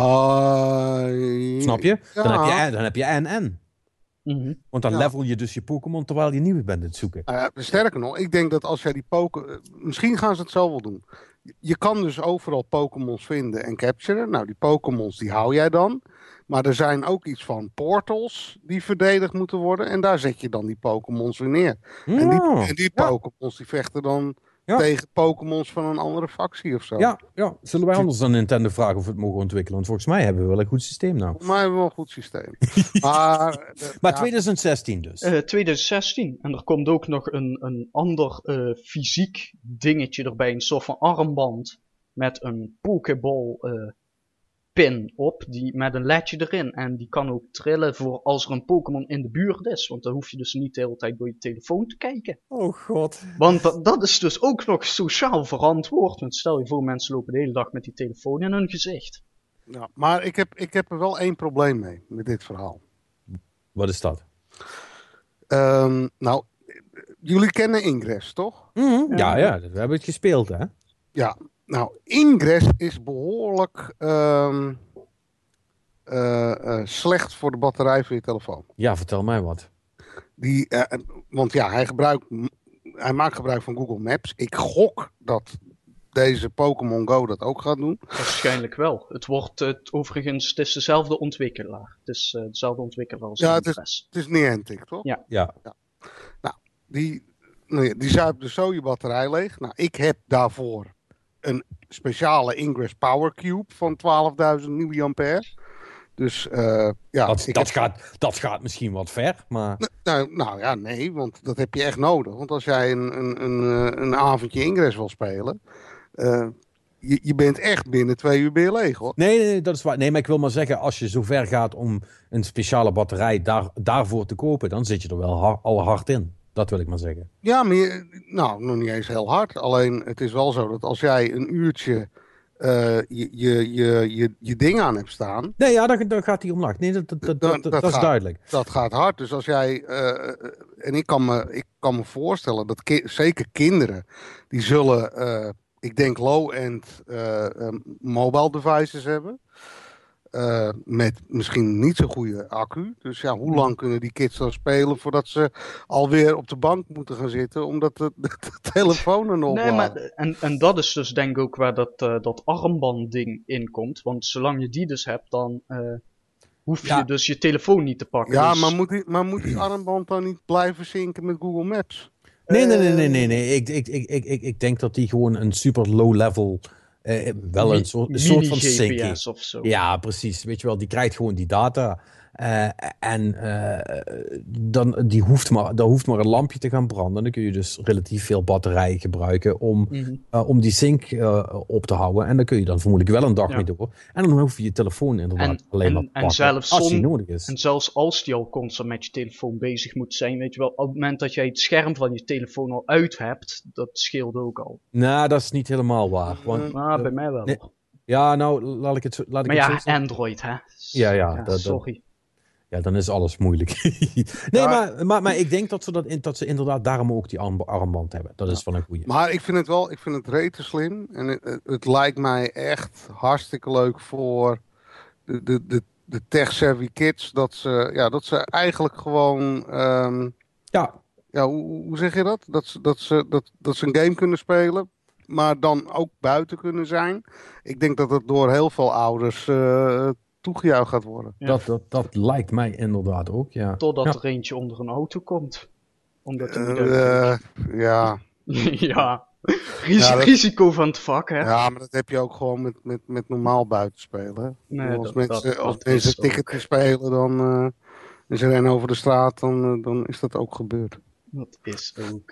Uh, Snap je? Ja. Dan heb je dan heb je N N. Mm-hmm. Want dan ja. level je dus je Pokémon terwijl je nieuwe bent aan het zoeken. Uh, sterker nog, ik denk dat als jij die Pokémon... Misschien gaan ze het zo wel doen. Je kan dus overal Pokémons vinden en capturen. Nou, die Pokémons die hou jij dan. Maar er zijn ook iets van portals die verdedigd moeten worden. En daar zet je dan die Pokémons weer neer. Ja. En die, en die Pokémons die vechten dan Ja. tegen Pokémons van een andere factie of zo. Ja, ja, zullen wij anders dan Nintendo vragen of we het mogen ontwikkelen? Want volgens mij hebben we wel een goed systeem nou. Voor mij hebben we wel een goed systeem. maar de, Maar ja, twintig zestien dus. Uh, twintig zestien. En er komt ook nog een, een ander uh, fysiek dingetje erbij. Een soort van armband. Met een Pokéball uh, pin op. Die, met een ledje erin. En die kan ook trillen voor als er een Pokémon in de buurt is. Want dan hoef je dus niet de hele tijd door je telefoon te kijken. Oh god. Want dat, dat is dus ook nog sociaal verantwoord. Want stel je voor, mensen lopen de hele dag met die telefoon in hun gezicht. ja, maar ik heb, ik heb er wel één probleem mee. Met dit verhaal. Wat is dat? Um, nou, jullie kennen Ingress, toch? Mm-hmm. Ja, ja, we hebben het gespeeld, hè? Ja, nou, Ingress is behoorlijk um, uh, uh, slecht voor de batterij van je telefoon. Ja, vertel mij wat. Die, uh, want ja, hij, gebruikt, hij maakt gebruik van Google Maps. Ik gok dat deze Pokémon Go dat ook gaat doen. Waarschijnlijk wel. Het wordt het, overigens, het is dezelfde ontwikkelaar. Het is uh, dezelfde ontwikkelaar als ja, het is, het is Niantic, toch? Ja. Ja. ja. Nou, die, nee, die zuipt dus zo je batterij leeg. Nou, ik heb daarvoor een speciale Ingress Power Cube van twaalfduizend milliampère. Dus uh, ja, dat, ik dat, heb... gaat, dat gaat misschien wat ver, maar... Nou, nou ja, nee, want dat heb je echt nodig. Want als jij een, een, een, een avondje Ingress wil spelen... Uh, je, je bent echt binnen twee uur ben je leeg, hoor. Nee, nee, dat is waar. Nee, maar ik wil maar zeggen, als je zo ver gaat om een speciale batterij daar, daarvoor te kopen, dan zit je er wel hard, al hard in. Dat wil ik maar zeggen. Ja, maar je, nou, nog niet eens heel hard. Alleen, het is wel zo dat als jij een uurtje uh, je, je, je, je, je ding aan hebt staan... Nee, ja, dan, dan gaat hij omlaag. Nee, dat, dat, dat, dat, dat, dat is gaat, duidelijk. Dat gaat hard. Dus als jij... Uh, en ik kan, me, ik kan me voorstellen dat ki- zeker kinderen, die zullen... Uh, ik denk low-end uh, uh, mobile devices hebben. Uh, met misschien niet zo'n goede accu. Dus ja, hoe lang kunnen die kids dan spelen voordat ze alweer op de bank moeten gaan zitten omdat de, de, de telefoon er nog nee, maar, en, en dat is dus denk ik ook waar dat, uh, dat armbandding in komt. Want zolang je die dus hebt, dan uh, hoef ja. je dus je telefoon niet te pakken. Ja, dus... maar, moet die, maar moet die armband dan niet blijven zinken met Google Maps? Nee, nee, nee, nee, nee. nee. Ik, ik, ik, ik, ik denk dat die gewoon een super low level... Uh, wel een soort, een soort van syncing. of zo. Ja, precies. Weet je wel, die krijgt gewoon die data. Uh, en uh, dan, die hoeft maar, daar hoeft maar een lampje te gaan branden. Dan kun je dus relatief veel batterij gebruiken om, mm-hmm. uh, om die sync uh, op te houden. En dan kun je dan vermoedelijk wel een dag ja. mee door. En dan hoef je je telefoon inderdaad en, alleen en, maar te pakken en zelfs als die som, nodig is. En zelfs als die al constant met je telefoon bezig moet zijn, weet je wel, op het moment dat jij het scherm van je telefoon al uit hebt, dat scheelt ook al. Nou, dat is niet helemaal waar. Want, ah, uh, bij mij wel. Nee, ja, nou, laat ik het zo laat ik Maar het ja, zo Android, hè. Ja, ja. ja dat, sorry. Dat, ja, dan is alles moeilijk. nee, ja. maar, maar, maar ik denk dat ze, dat, in, dat ze inderdaad daarom ook die arm, armband hebben. Dat is wel een goeie. Maar ik vind het wel, ik vind het rete slim. En het, het, het lijkt mij echt hartstikke leuk voor de, de, de, de tech-savvy kids. Dat ze, ja, dat ze eigenlijk gewoon... Um, ja. Ja, hoe, hoe zeg je dat? Dat ze, dat, ze, dat, dat ze een game kunnen spelen, maar dan ook buiten kunnen zijn. Ik denk dat het door heel veel ouders uh, toegejuicht gaat worden. Ja. Dat, dat, dat lijkt mij inderdaad ook, ja. Totdat ja. er eentje onder een auto komt. Omdat hij uh, uh, Ja. ja. Ris- ja, dat... Risico van het vak, hè? Ja, maar dat heb je ook gewoon met, met, met normaal buitenspelen. Nee, als dat, mensen, dat, als dat mensen tickets spelen, dan uh, en ze rennen over de straat, dan, uh, dan is dat ook gebeurd. Dat is ook...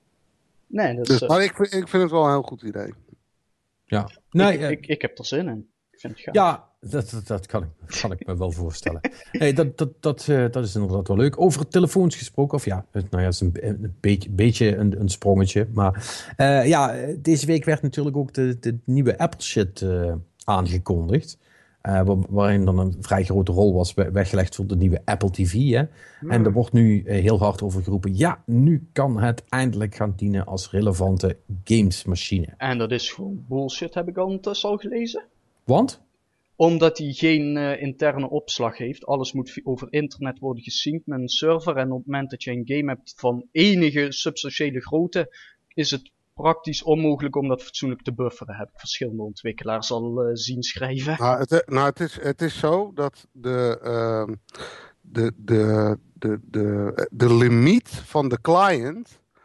Nee, dat dus, is... Maar ik, ik vind het wel een heel goed idee. Ja. Nee, ik, uh, ik, ik heb er zin in. Ik vind het gaaf. Ja, dat, dat, dat, kan, ik, dat kan ik me wel voorstellen. Nee, dat, dat, dat, uh, dat is inderdaad wel leuk. Over telefoons gesproken, of ja, nou ja, het is een, een beetje, beetje een, een sprongetje. Maar uh, ja, deze week werd natuurlijk ook de, de nieuwe Apple shit uh, aangekondigd. Uh, waar, waarin dan een vrij grote rol was weggelegd voor de nieuwe Apple T V. Hè? Ja. En er wordt nu uh, heel hard over geroepen. Ja, nu kan het eindelijk gaan dienen als relevante gamesmachine. En dat is gewoon bullshit, heb ik al ondertussen al gelezen. Want? Omdat hij geen uh, interne opslag heeft. Alles moet over internet worden gesynct met een server. En op het moment dat je een game hebt van enige substantiële grootte, is het praktisch onmogelijk om dat fatsoenlijk te bufferen. Heb ik verschillende ontwikkelaars al uh, zien schrijven. Nou, het, nou het, is, het is zo dat de, uh, de, de, de, de, de limiet van de client,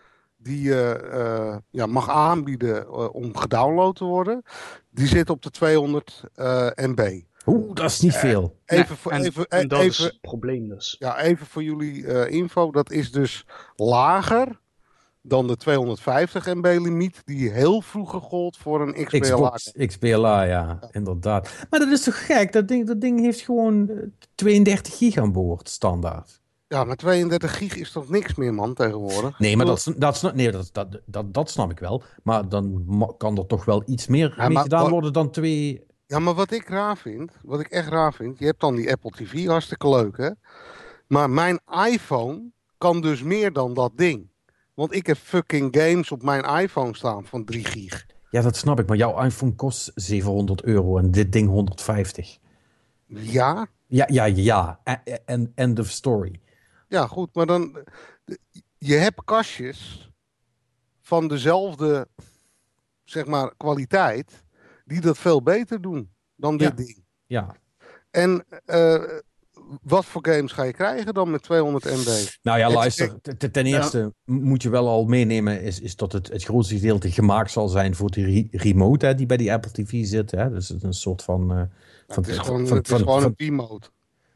die je uh, ja, mag aanbieden uh, om gedownload te worden, die zit op de tweehonderd uh, megabyte. Oeh, dat is niet uh, veel. Even, nee, voor, en, even, en dat even, is het probleem dus. Ja, even voor jullie uh, info. Dat is dus lager dan de tweehonderdvijftig megabyte limiet die heel vroeger gold voor een X B L A. Xbox X B L A, ja, ja, inderdaad. Maar dat is toch gek? Dat ding, dat ding heeft gewoon tweeëndertig gig aan boord, standaard. Ja, maar tweeëndertig gig is toch niks meer, man, tegenwoordig? Nee, maar dat, dat, nee, dat, dat, dat, dat snap ik wel. Maar dan kan er toch wel iets meer ja, mee gedaan wat, worden dan twee... Ja, maar wat ik raar vind, wat ik echt raar vind... Je hebt dan die Apple T V, hartstikke leuk, hè? Maar mijn iPhone kan dus meer dan dat ding. Want ik heb fucking games op mijn iPhone staan van drie gig. Ja, dat snap ik. Maar jouw iPhone kost zevenhonderd euro en dit ding honderdvijftig. Ja? Ja, ja, ja. En end of story. Ja, goed, maar dan... Je hebt kastjes van dezelfde, zeg maar, kwaliteit, die dat veel beter doen dan dit ja. ding. Ja. En uh, wat voor games ga je krijgen dan met tweehonderd megabyte? Nou ja, luister, ten eerste ja. moet je wel al meenemen, is, is dat het, het grootste gedeelte gemaakt zal zijn voor die re remote, hè, die bij die Apple T V zit. Hè? Dus het is een soort van... Uh, ja, van het is gewoon, van, het is van, gewoon van, een remote.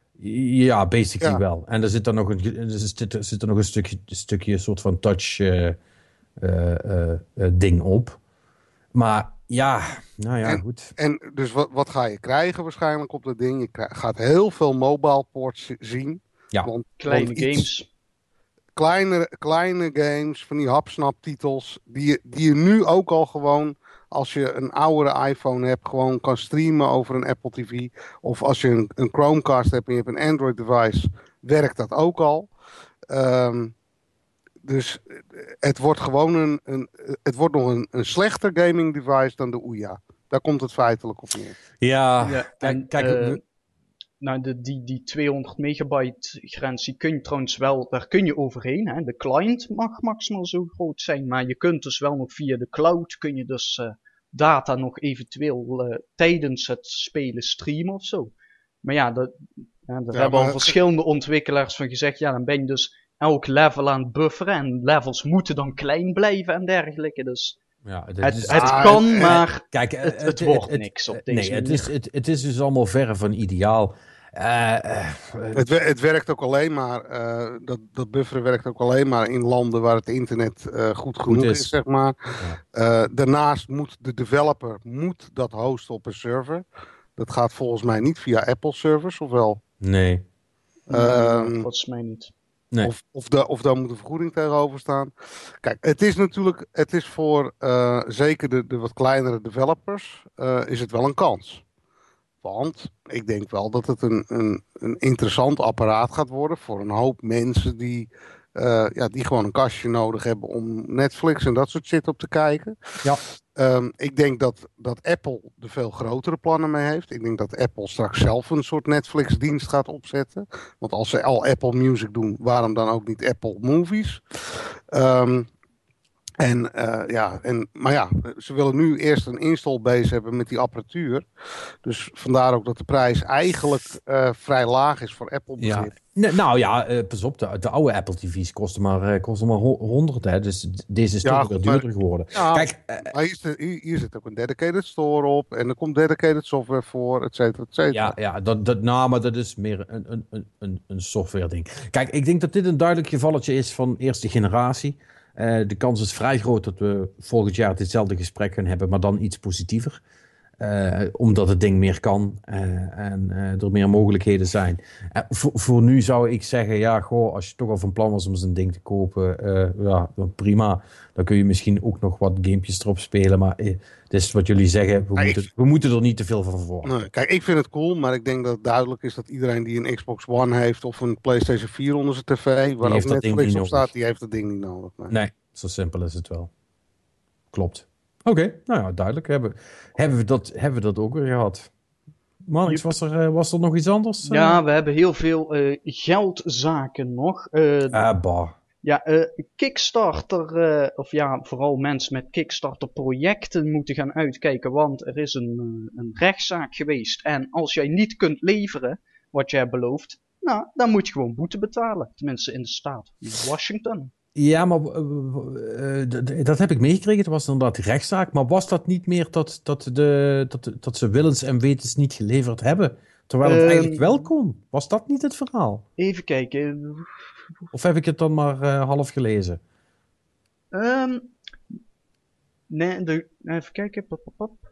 Ja, basically ja. wel. En er zit er nog een, er zit, er zit er nog een stukje, een stukje soort van touch uh, uh, uh, ding op. Maar ja, nou ja, en, goed. En dus wat, wat ga je krijgen waarschijnlijk op dat ding? Je krijg, gaat heel veel mobile ports zien. Ja, want, kleine want games. Kleine, kleine games, van die hapsnap titels, die je, die je nu ook al gewoon, als je een oudere iPhone hebt, gewoon kan streamen over een Apple T V. Of als je een, een Chromecast hebt en je hebt een Android device, werkt dat ook al. Um, dus het wordt gewoon een, een het wordt nog een, een slechter gaming device dan de Ouya. Daar komt het feitelijk op neer. Ja, ja en kijk, uh, nou, de, die, die tweehonderd megabyte grens, die kun je trouwens wel, daar kun je overheen. Hè. De client mag maximaal zo groot zijn, maar je kunt dus wel nog via de cloud, kun je dus uh, data nog eventueel uh, tijdens het spelen streamen of zo. Maar ja, dat, ja, daar ja, hebben al verschillende ontwikkelaars van gezegd, ja, dan ben je dus elk level aan het bufferen en levels moeten dan klein blijven en dergelijke, dus... Ja, het, het, is, het ah, kan, uh, maar kijk, uh, het, het, het wordt het, niks op het, deze nee, manier. Het is, het, het is dus allemaal verre van ideaal. Uh, uh, het, het werkt ook alleen maar, uh, dat, dat bufferen werkt ook alleen maar in landen waar het internet uh, goed, goed genoeg is. is, zeg maar. Ja. Uh, daarnaast moet de developer moet dat hosten op een server. Dat gaat volgens mij niet via Apple servers, of wel? Nee. Um, nee, volgens mij niet. Nee. Of, of, de, of daar moet een vergoeding tegenover staan. Kijk, het is natuurlijk, het is voor uh, zeker de, de wat kleinere developers, uh, is het wel een kans. Want ik denk wel dat het een, een, een interessant apparaat gaat worden voor een hoop mensen die, uh, ja, die gewoon een kastje nodig hebben om Netflix en dat soort shit op te kijken. Ja. Um, ik denk dat, dat Apple er veel grotere plannen mee heeft. Ik denk dat Apple straks zelf een soort Netflix-dienst gaat opzetten. Want als ze al Apple Music doen, waarom dan ook niet Apple Movies? Um, en, uh, ja, en, maar ja, ze willen nu eerst een install-base hebben met die apparatuur. Dus vandaar ook dat de prijs eigenlijk uh, vrij laag is voor Apple begrip. Ja. Nee, nou ja, uh, pas op, de, de oude Apple T V's kosten maar, uh, kosten maar honderd, hè. Dus deze is ja, toch weer duurder geworden. Ja, Kijk, uh, maar hier, zit, hier, hier zit ook een dedicated store op en er komt dedicated software voor, et cetera, et cetera. Ja, ja dat, dat, nou, maar dat is meer een, een, een, een software ding. Kijk, ik denk dat dit een duidelijk gevalletje is van eerste generatie. Uh, de kans is vrij groot dat we volgend jaar ditzelfde gesprek gaan hebben, maar dan iets positiever. Uh, omdat het ding meer kan uh, en uh, er meer mogelijkheden zijn. Uh, voor, voor nu zou ik zeggen, ja, goh, als je toch al van plan was om zo'n ding te kopen, uh, ja, prima. Dan kun je misschien ook nog wat gamepjes erop spelen, maar uh, dit is wat jullie zeggen, we, ja, moeten, ik... we moeten er niet te veel van verwachten. Nee, kijk, ik vind het cool, maar ik denk dat het duidelijk is dat iedereen die een Xbox One heeft of een PlayStation vier onder zijn tv, waar ook Netflix op staat, die heeft dat ding niet nodig. Nee, nee, zo simpel is het wel. Klopt. Oké, okay, nou ja, duidelijk. Hebben, hebben, we dat, hebben we dat ook weer gehad? Marnix, was er, was er nog iets anders? Ja, we hebben heel veel uh, geldzaken nog. Uh, ah, bah. Ja, uh, Kickstarter, uh, of ja, vooral mensen met Kickstarter projecten moeten gaan uitkijken, want er is een, uh, een rechtszaak geweest. En als jij niet kunt leveren wat jij belooft, nou, dan moet je gewoon boete betalen. Tenminste in de staat Washington. Ja, maar uh, uh, d- d- dat heb ik meegekregen. Het was inderdaad die rechtszaak. Maar was dat niet meer dat, dat, de, dat, dat ze willens en wetens niet geleverd hebben? Terwijl het eigenlijk Um, wel kon. Was dat niet het verhaal? even kijken. Of heb ik het dan maar uh, half gelezen? Um, nee, de, even kijken. Pop, pop, pop.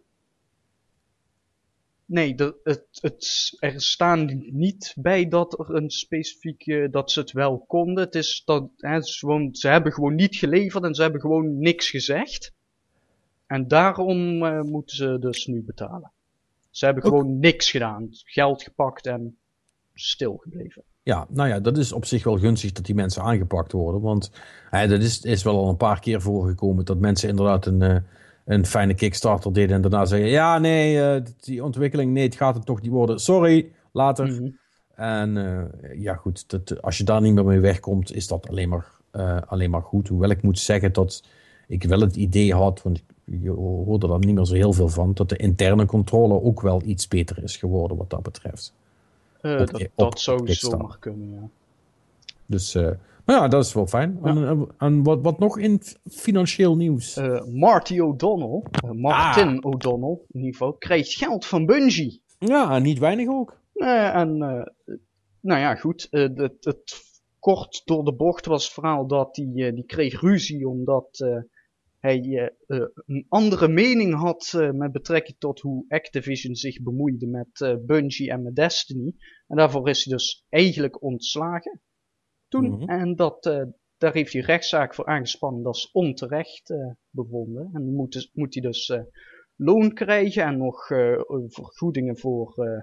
Nee, de, het, het, er staan niet bij dat er een specifieke, dat ze het wel konden. Het is dat, hè, ze, gewoon, ze hebben gewoon niet geleverd en ze hebben gewoon niks gezegd. En daarom uh, moeten ze dus nu betalen. Ze hebben Ook. gewoon niks gedaan. Geld gepakt en stilgebleven. Ja, nou ja, dat is op zich wel gunstig dat die mensen aangepakt worden. Want hè, dat is, is wel al een paar keer voorgekomen dat mensen inderdaad een, uh, een fijne Kickstarter deden. En daarna zeggen, ja nee, uh, die ontwikkeling, nee, het gaat het toch niet worden. Sorry, later. Mm-hmm. En uh, ja goed, dat, als je daar niet meer mee wegkomt, is dat alleen maar, uh, alleen maar goed. Hoewel ik moet zeggen dat ik wel het idee had, want je hoorde er niet meer zo heel veel van, dat de interne controle ook wel iets beter is geworden wat dat betreft. Uh, op, dat, op, dat zou zomaar kunnen, ja. Dus, uh, nou ja, dat is wel fijn. Ja. En, en, en wat, wat nog in financieel nieuws? Uh, Marty O'Donnell, uh, Martin ah. O'Donnell in ieder geval, krijgt geld van Bungie. Ja, en niet weinig ook. Uh, en, uh, nou ja, goed. Uh, het, het kort door de bocht was het verhaal dat hij uh, die kreeg ruzie omdat uh, hij uh, uh, een andere mening had uh, met betrekking tot hoe Activision zich bemoeide met uh, Bungie en met Destiny. En daarvoor is hij dus eigenlijk ontslagen toen. Mm-hmm. En dat, uh, daar heeft hij rechtszaak voor aangespannen. Dat is onterecht uh, bevonden. En moet, dus, moet hij dus uh, loon krijgen en nog uh, vergoedingen voor uh,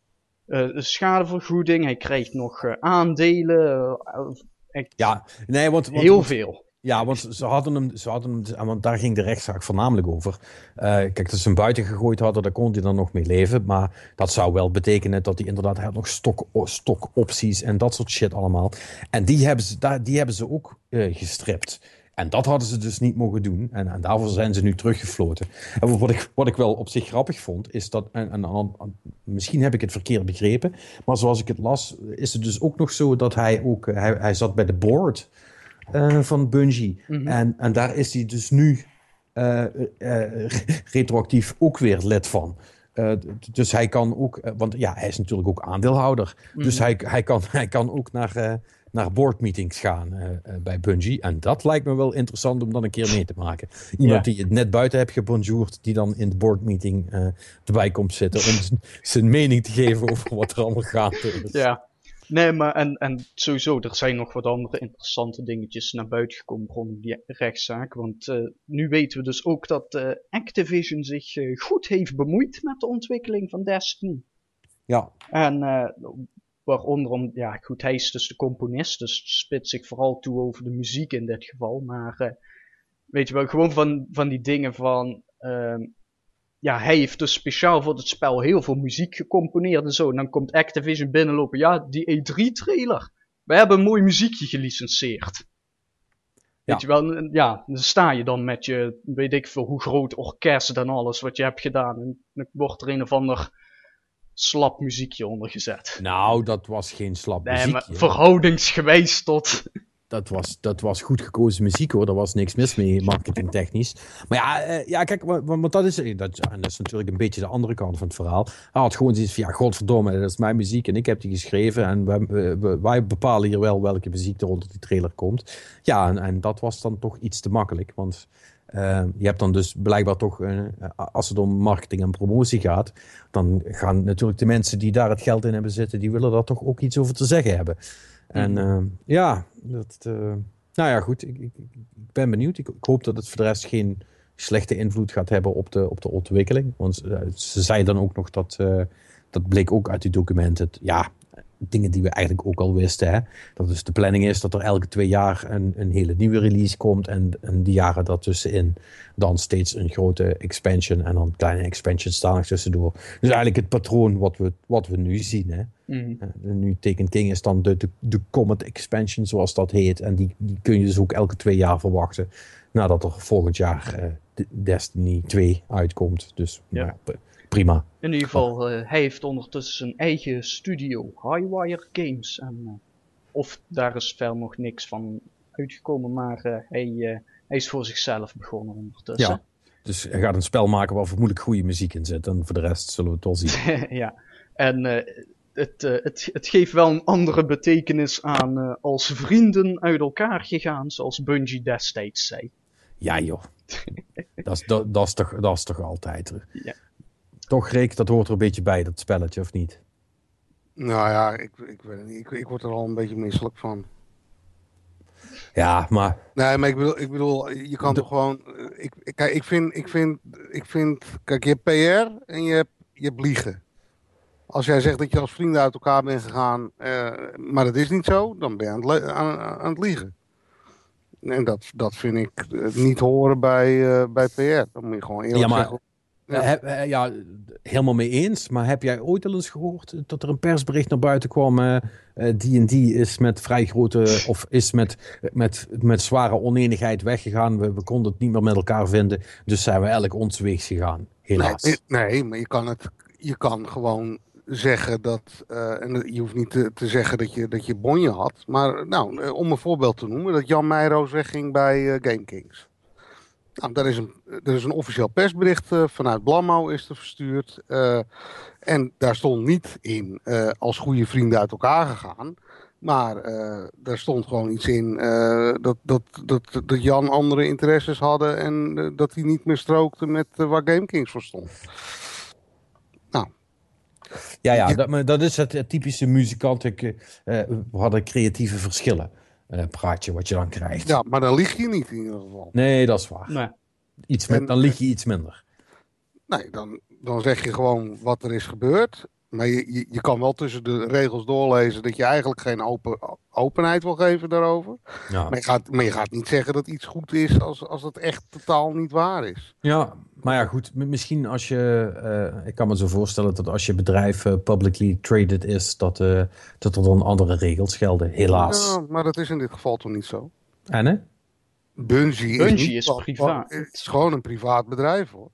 uh, schadevergoeding. Hij krijgt nog uh, aandelen. Uh, echt ja, nee, want, want heel want, veel. Ja, want ze hadden hem, ze hadden hem, want daar ging de rechtszaak voornamelijk over. Uh, kijk, dat ze hem buiten gegooid hadden, daar kon hij dan nog mee leven. Maar dat zou wel betekenen dat hij inderdaad, hij had nog stok, stokopties en dat soort shit allemaal. En die hebben ze, die hebben ze ook uh, gestript. En dat hadden ze dus niet mogen doen. En, en daarvoor zijn ze nu teruggefloten. En wat ik, wat ik wel op zich grappig vond, is dat, en, en, en, misschien heb ik het verkeerd begrepen, maar zoals ik het las, is het dus ook nog zo dat hij ook, hij, hij zat bij de board Uh, van Bungie. Mm-hmm. En, en daar is hij dus nu uh, uh, retroactief ook weer lid van. Uh, dus hij kan ook, uh, want ja, hij is natuurlijk ook aandeelhouder. Mm-hmm. Dus hij, hij, kan, hij kan ook naar, uh, naar boardmeetings gaan uh, uh, bij Bungie. En dat lijkt me wel interessant om dan een keer mee te maken. Iemand ja. die het net buiten hebt gebonjourd, die dan in de boardmeeting uh, erbij komt zitten om zijn mening te geven over wat er allemaal gaat. Dus. Ja. Nee, maar en, en sowieso, er zijn nog wat andere interessante dingetjes naar buiten gekomen rondom die rechtszaak. Want uh, nu weten we dus ook dat uh, Activision zich uh, goed heeft bemoeid met de ontwikkeling van Destiny. Ja. En uh, waaronder, om, ja goed, hij is dus de componist, dus spitst zich vooral toe over de muziek in dit geval. Maar uh, weet je wel, gewoon van, van die dingen van... Uh, Ja, hij heeft dus speciaal voor het spel heel veel muziek gecomponeerd en zo. En dan komt Activision binnenlopen. Ja, die E drie trailer. We hebben een mooi muziekje gelicenseerd. Ja. Weet je wel, ja, dan sta je dan met je, weet ik veel, hoe groot orkest en alles wat je hebt gedaan. En dan wordt er een of ander slap muziekje ondergezet. Nou, dat was geen slap nee, muziekje. Maar verhoudingsgewijs tot... Dat was, dat was goed gekozen muziek hoor. Daar was niks mis mee, marketingtechnisch. Maar ja, uh, ja kijk, want dat is, dat, en dat is natuurlijk een beetje de andere kant van het verhaal. Hij had gewoon zoiets van, ja, godverdomme, dat is mijn muziek en ik heb die geschreven. En wij, wij, wij bepalen hier wel welke muziek er onder die trailer komt. Ja, en, en dat was dan toch iets te makkelijk. Want uh, je hebt dan dus blijkbaar toch, uh, als het om marketing en promotie gaat, dan gaan natuurlijk de mensen die daar het geld in hebben zitten, die willen daar toch ook iets over te zeggen hebben. En uh, ja, dat, uh, nou ja, goed. Ik, ik, ik ben benieuwd. Ik, ik hoop dat het voor de rest geen slechte invloed gaat hebben op de, op de ontwikkeling. Want uh, ze zei dan ook nog dat, uh, dat bleek ook uit die documenten. Ja, dingen die we eigenlijk ook al wisten. Hè? Dat dus de planning is dat er elke twee jaar een, een hele nieuwe release komt. En, en die jaren daartussenin dan steeds een grote expansion. En dan kleine expansions staan er tussendoor. Dus eigenlijk het patroon wat we, wat we nu zien. Hè? Mm. Uh, nu Taken King is dan de, de, de Comet expansion zoals dat heet. En die, die kun je dus ook elke twee jaar verwachten. Nadat er volgend jaar uh, Destiny twee uitkomt. Dus ja. Nou, prima. In ieder geval, uh, hij heeft ondertussen zijn eigen studio, Highwire Games. En, uh, of daar is verder nog niks van uitgekomen, maar uh, hij, uh, hij is voor zichzelf begonnen ondertussen. Ja, dus hij gaat een spel maken waar vermoedelijk goede muziek in zit. En voor de rest zullen we het wel zien. Ja, en uh, het, uh, het, het geeft wel een andere betekenis aan uh, als vrienden uit elkaar gegaan, zoals Bungie destijds zei. Ja joh, dat, is, dat, dat, is toch, dat is toch altijd. Ja. Toch, Rick, dat hoort er een beetje bij, dat spelletje, of niet? Nou ja, ik, ik weet het niet. Ik, ik word er al een beetje misselijk van. Ja, maar... Nee, maar ik bedoel, ik bedoel je kan De... toch gewoon... Ik, ik, kijk, ik vind, ik, vind, ik vind... Kijk, je hebt P R en je hebt, je hebt liegen. Als jij zegt dat je als vrienden uit elkaar bent gegaan, uh, maar dat is niet zo, dan ben je aan het, aan, aan het liegen. En dat, dat vind ik niet horen bij, uh, bij P R. Dan moet je gewoon eerlijk ja, maar... zeggen... Ja. Heb, ja, helemaal mee eens. Maar heb jij ooit al eens gehoord dat er een persbericht naar buiten kwam? Uh, die en die is met vrij grote, of is met, met, met zware oneenigheid weggegaan. We, we konden het niet meer met elkaar vinden. Dus zijn we eigenlijk ons weegs gegaan. Helaas. Nee, nee, maar je kan het, je kan gewoon zeggen dat, uh, en je hoeft niet te, te zeggen dat je, dat je bonje had. Maar nou, om een voorbeeld te noemen, dat Jan Meijroos wegging bij uh, GameKings. Nou, daar is een, er is een officieel persbericht uh, vanuit Blammo is er verstuurd. Uh, en daar stond niet in uh, als goede vrienden uit elkaar gegaan. Maar uh, daar stond gewoon iets in uh, dat, dat, dat, dat Jan andere interesses hadden. En uh, dat hij niet meer strookte met uh, waar GameKings voor stond. Nou. Ja, ja, dat, maar dat is het, het typische muzikant. Ik, uh, we hadden creatieve verschillen. Uh, praatje wat je dan krijgt. Ja, maar dan lieg je niet in ieder geval. Nee, dat is waar. Nee. Iets met, en, dan lieg je iets minder. Nee, dan, dan zeg je gewoon wat er is gebeurd. Maar je, je, je kan wel tussen de regels doorlezen dat je eigenlijk geen open, openheid wil geven daarover. Ja. Maar, je gaat, maar je gaat niet zeggen dat iets goed is als, als het echt totaal niet waar is. Ja, maar ja goed, misschien als je, uh, ik kan me zo voorstellen dat als je bedrijf uh, publicly traded is, dat, uh, dat er dan andere regels gelden, helaas. Ja, maar dat is in dit geval toch niet zo? En hè? Bungie, Bungie is, niet is van, privaat. Het is gewoon een privaat bedrijf hoor.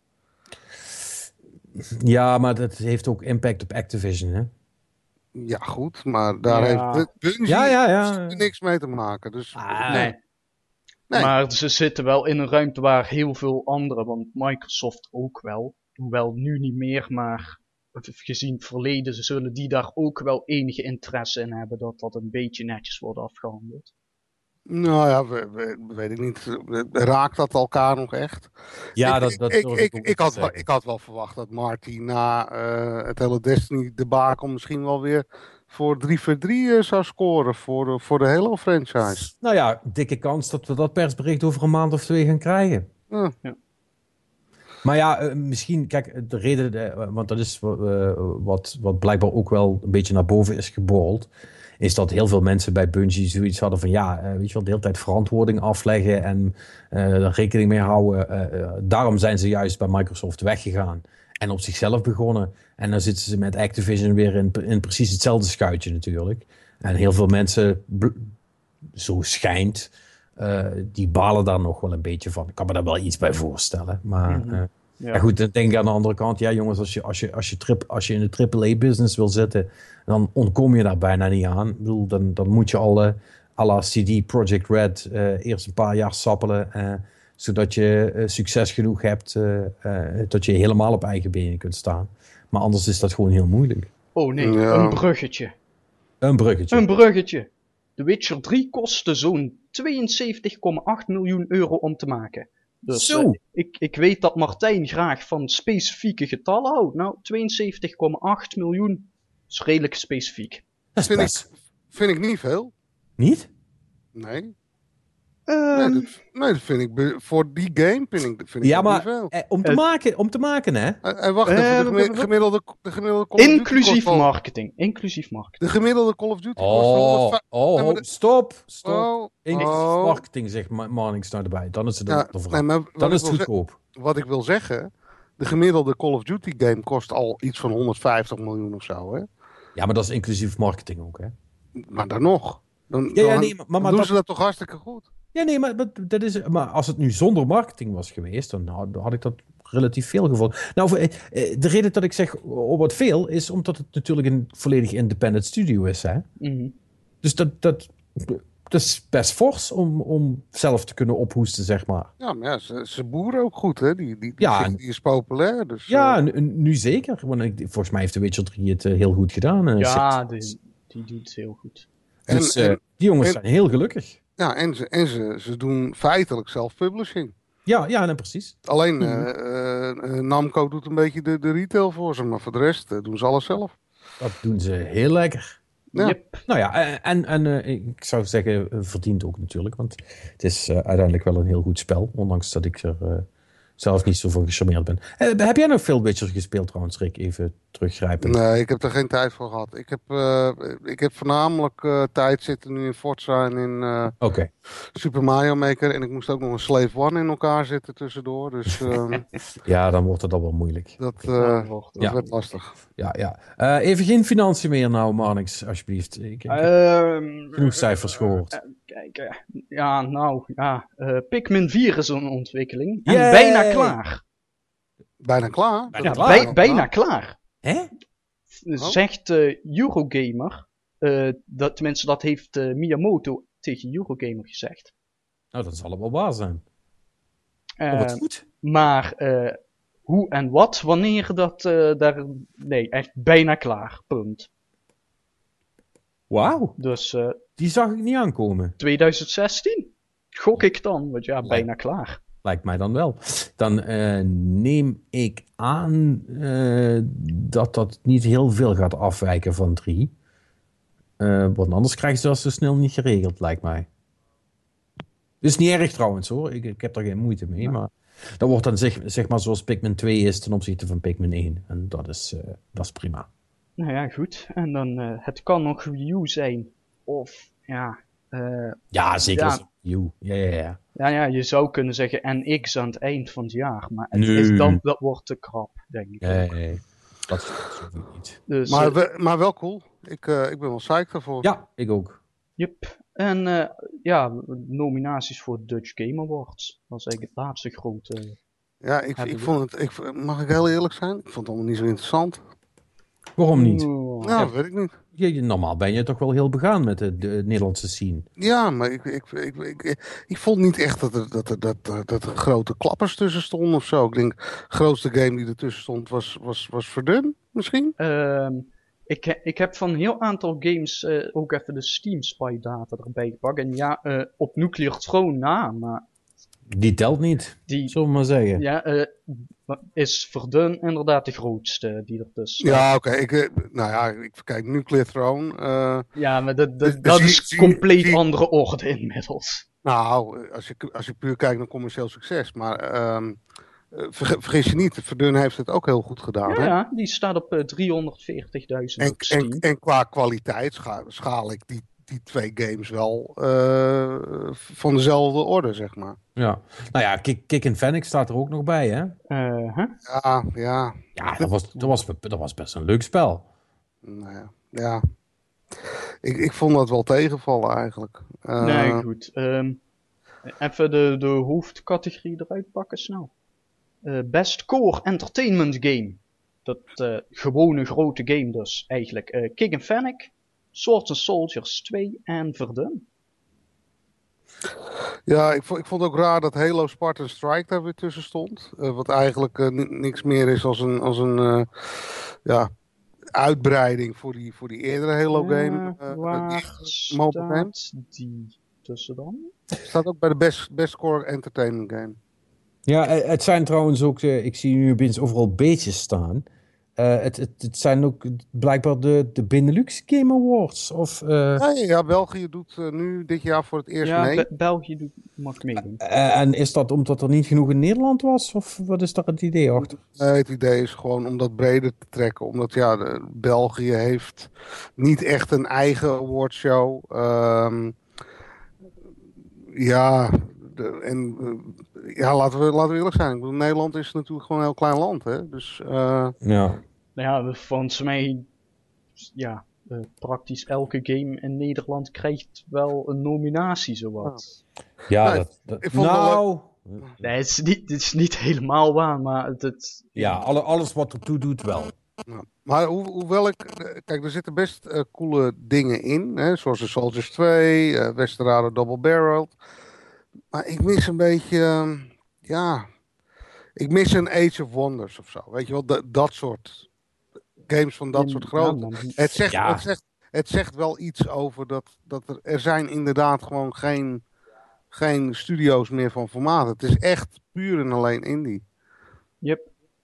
Ja, maar dat heeft ook impact op Activision, hè? Ja, goed, maar daar ja. heeft Bungie ja, ja, ja. niks mee te maken. Dus, ah, nee. nee. Maar ze zitten wel in een ruimte waar heel veel anderen, want Microsoft ook wel, hoewel nu niet meer, maar gezien het verleden, ze zullen die daar ook wel enige interesse in hebben dat dat een beetje netjes wordt afgehandeld. Nou ja, we, we, weet ik niet. Raakt dat elkaar nog echt? Ja, ik, dat, dat ik, ik, ik, ik, had wel, ik had wel verwacht dat Marty na uh, het hele Destiny debacle misschien wel weer voor drie voor drie uh, zou scoren voor, uh, voor de Halo franchise. Nou ja, dikke kans dat we dat persbericht over een maand of twee gaan krijgen. Ja. Ja. Maar ja, uh, misschien, kijk, de reden, uh, want dat is uh, wat, wat blijkbaar ook wel een beetje naar boven is geborreld, is dat heel veel mensen bij Bungie zoiets hadden van ja, uh, weet je wel, de hele tijd verantwoording afleggen en uh, er rekening mee houden. Uh, uh, daarom zijn ze juist bij Microsoft weggegaan en op zichzelf begonnen. En dan zitten ze met Activision weer in, in precies hetzelfde schuitje natuurlijk. En heel veel mensen, zo schijnt, uh, die balen daar nog wel een beetje van. Ik kan me daar wel iets bij voorstellen. Maar uh, ja. Ja, goed, dan denk ik aan de andere kant, ja jongens, als je, als je, als je, trip, als je in de triple A business wil zitten, dan ontkom je daar bijna niet aan. Ik bedoel, dan, dan moet je al uh, à la C D Projekt Red uh, eerst een paar jaar sappelen, uh, zodat je uh, succes genoeg hebt, uh, uh, dat je helemaal op eigen benen kunt staan. Maar anders is dat gewoon heel moeilijk. Oh nee, ja. een bruggetje. Een bruggetje. Een bruggetje. The Witcher drie kostte zo'n tweeënzeventig komma acht miljoen euro om te maken. Dus Zo. Uh, ik, ik weet dat Martijn graag van specifieke getallen houdt. Nou, tweeënzeventig komma acht miljoen is redelijk specifiek. Dat vind, ik, vind ik niet veel. Niet? Nee. Um, nee, dat, nee, dat vind ik voor die game vind ik, vind ik ja, maar, niet veel. Eh, om, te uh, maken, om te maken, hè? Uh, uh, wacht even, uh, de, gemi de gemiddelde, de gemiddelde Call Inclusief marketing. Inclusief marketing. De gemiddelde Call of Duty oh, kost honderd... Oh, nee, de... stop, stop. Oh, Inclusief oh. marketing, zegt Marnix nou erbij. Dan is het ja, de vraag. Nee, maar Dan is het goedkoop. Wat ik wil zeggen, de gemiddelde Call of Duty game kost al iets van honderdvijftig miljoen of zo, hè? Ja, maar dat is inclusief marketing ook, hè? Maar dan nog. Dan, ja, ja, dan, nee, maar, dan maar doen dat... ze dat toch hartstikke goed? Ja, nee, maar, dat is, maar als het nu zonder marketing was geweest, dan had, had ik dat relatief veel gevonden. Nou, de reden dat ik zeg oh, wat veel, is omdat het natuurlijk een volledig independent studio is, hè? Mm-hmm. Dus dat, dat, het is best fors om, om zelf te kunnen ophoesten, zeg maar. Ja, maar ja, ze, ze boeren ook goed, hè? Die, die, die, Ja, die, die is populair. Dus, Ja, uh... nu, nu zeker. Want ik, volgens mij heeft de Witcher drie het uh, heel goed gedaan. Uh, ja, die, die doet het heel goed. Dus en, uh, en, die jongens en, zijn heel gelukkig. Ja, en, ze, en ze, ze doen feitelijk self-publishing. Ja, ja, nee, precies. Alleen uh, uh, uh, Namco doet een beetje de, de retail voor ze, maar voor de rest uh, doen ze alles zelf. Dat doen ze heel lekker. Ja. Yep. Nou ja, en, en uh, ik zou zeggen, verdient ook natuurlijk. Want het is uh, uiteindelijk wel een heel goed spel. Ondanks dat ik er uh, zelf niet zo van gecharmeerd ben. Uh, heb jij nog veel Witcher gespeeld trouwens, Rick? Even teruggrijpen. Nee, ik heb er geen tijd voor gehad. Ik heb, uh, ik heb voornamelijk uh, tijd zitten nu in Forza en in uh, okay. Super Mario Maker. En ik moest ook nog een Slave One in elkaar zitten tussendoor. Dus, uh, ja, dan wordt het al wel moeilijk. Dat, uh, dat ja. werd lastig. Ja, ja. Uh, even geen financiën meer nou, Marnix, alsjeblieft. Ik, ik heb uh, genoeg cijfers gehoord. Uh, kijk, uh, ja, nou, ja. Uh, Pikmin vier is een ontwikkeling. En Yay! bijna klaar. Bijna klaar? Bijna ja, klaar. Bij, bijna klaar. Hè? Zegt uh, Eurogamer, uh, dat, tenminste dat heeft uh, Miyamoto tegen Eurogamer gezegd. Nou, dat zal wel waar zijn. Uh, oh, wat goed. Maar uh, hoe en wat, wanneer dat uh, daar... Nee, echt bijna klaar, punt. Wauw. Dus... Uh, die zag ik niet aankomen. twintig zestien? Gok ik dan, want ja, Lijkt, bijna klaar. Lijkt mij dan wel. Dan uh, neem ik aan uh, dat dat niet heel veel gaat afwijken van drie. Uh, want anders krijgen ze dat zo snel niet geregeld, lijkt mij. Dus niet erg trouwens hoor, ik, ik heb daar geen moeite mee, ja. Maar dat wordt dan zeg, zeg maar zoals Pikmin twee is ten opzichte van Pikmin één. En dat is, uh, dat is prima. Nou ja, goed. En dan, uh, het kan nog Wii U zijn. Of, ja... Uh, ja, zeker ja. Wii U. Ja, ja, ja. Ja, ja, je zou kunnen zeggen N X aan het eind van het jaar. Maar het nee. is dan, dat wordt te krap, denk ik. Nee, nee. Dat is niet. Dus, maar, uh, we, maar wel cool. Ik, uh, ik ben wel psyched daarvoor. Ja, ik ook. Yep. En uh, ja, nominaties voor Dutch Game Awards. Dat was eigenlijk het laatste grote... Ja, ik, ik vond het... Ik, mag ik heel eerlijk zijn? Ik vond het allemaal niet zo interessant. Waarom niet? Nou, ja, weet ik niet. Je, normaal ben je toch wel heel begaan met de, de Nederlandse scene. Ja, maar ik, ik, ik, ik, ik, ik vond niet echt dat er, dat, er, dat, er, dat er grote klappers tussen stonden of zo. Ik denk, de grootste game die ertussen stond was, was, was Verdun, misschien? Uh, ik, ik heb van een heel aantal games uh, ook even de Steam Spy data erbij gepakt. En ja, uh, op Nuclear Throne na, maar... Die telt niet, die, zullen we maar zeggen. Ja, uh, is Verdun inderdaad de grootste die er dus... Ja, oké. Okay. Ik, nou ja, ik kijk Nuclear Throne. Uh, ja, maar dat, dat, dat is zie, compleet zie, andere orde inmiddels. Nou, als je, als je puur kijkt naar commercieel succes. Maar um, ver, vergis je niet, Verdun heeft het ook heel goed gedaan. Ja, hè? ja die staat op uh, driehonderdveertigduizend op Steam. En, en qua kwaliteit scha, schaal ik die, die twee games wel uh, van dezelfde orde, zeg maar. Ja, nou ja, Kick, Kick and Fenix staat er ook nog bij, hè? Uh, huh? Ja, ja. Ja, dat was, dat, was, dat was best een leuk spel. Nou ja, ja. Ik, ik vond dat wel tegenvallen eigenlijk. Uh, nee, goed. Um, even de, de hoofdcategorie eruit pakken, snel. Uh, Best Core Entertainment Game. Dat uh, gewone grote game dus, eigenlijk. Uh, Kick and Fenix, Swords and Soldiers twee en Verdun. Ja, ik vond, ik vond ook raar dat Halo Spartan Strike daar weer tussen stond. Uh, wat eigenlijk uh, niks meer is als een, als een uh, ja, uitbreiding voor die, voor die eerdere Halo game. Uh, waar die staat die tussen dan? Staat ook bij de Best, best Core Entertainment Game. Ja, het zijn trouwens ook, uh, ik zie nu opeens overal beetjes staan. Uh, het, het, het zijn ook blijkbaar de, de Benelux Game Awards. Of, uh... ja, ja, België doet uh, nu dit jaar voor het eerst ja, mee. Be- België doet, mag meedoen. Uh, en is dat omdat er niet genoeg in Nederland was? Of wat is daar het idee achter? Nee, het idee is gewoon om dat breder te trekken. Omdat ja, de, België heeft niet echt een eigen awardshow. Um, ja... De, en uh, ja, laten we, laten we eerlijk zijn. Ik bedoel, Nederland is natuurlijk gewoon een heel klein land, hè. Dus, uh... ja. Ja, volgens mij... Ja, uh, praktisch elke game in Nederland krijgt wel een nominatie, zowat. Ja, ja dat... dat ik vond nou... Nee, het is, niet, het is niet helemaal waar, maar het... het ja, alle, alles wat ertoe doet wel. Nou, maar ho hoewel ik... eh, Kijk, er zitten best uh, coole dingen in. Hè, zoals de Soldiers twee, uh, Westerado Double Barreled. Maar ik mis een beetje... Uh, ja... Ik mis een Age of Wonders of zo. Weet je wel, dat, dat soort games van dat soort grootte. Ja, het, zegt, ja. het, zegt, het zegt wel iets over dat, dat er, er zijn inderdaad gewoon geen, geen studio's meer van formaat. Het is echt puur en alleen indie. Yep.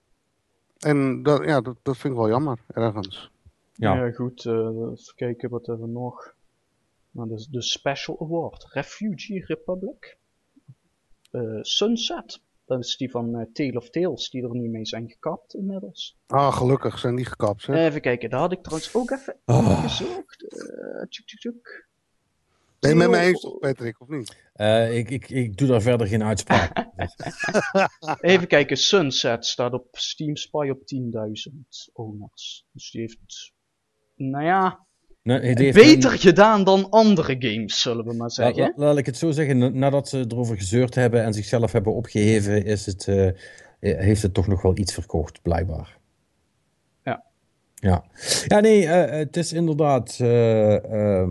En dat, ja, dat, dat vind ik wel jammer, ergens. Ja, ja goed. Uh, even kijken, wat hebben we nog? Nou, de, de Special Award. Refugee Republic. Uh, Sunset. Dat is die van uh, Tale of Tales, die er niet mee zijn gekapt inmiddels. Ah, gelukkig zijn die gekapt, hè? Even kijken, daar had ik trouwens ook even oh. gezocht. Uh, tjuk, tjuk, tjuk. Ben je met me eens, toch, Patrick, of niet? Uh, ik, ik, ik doe daar verder geen uitspraak. Even kijken, Sunset staat op Steam Spy op tienduizend owners. Dus die heeft, nou ja, nee, die heeft beter een... gedaan dan andere games, zullen we maar zeggen. Laat, laat ik het zo zeggen, nadat ze erover gezeurd hebben en zichzelf hebben opgeheven, is het, uh, heeft het toch nog wel iets verkocht, blijkbaar. Ja. Ja, ja nee, uh, het is inderdaad... Uh, uh,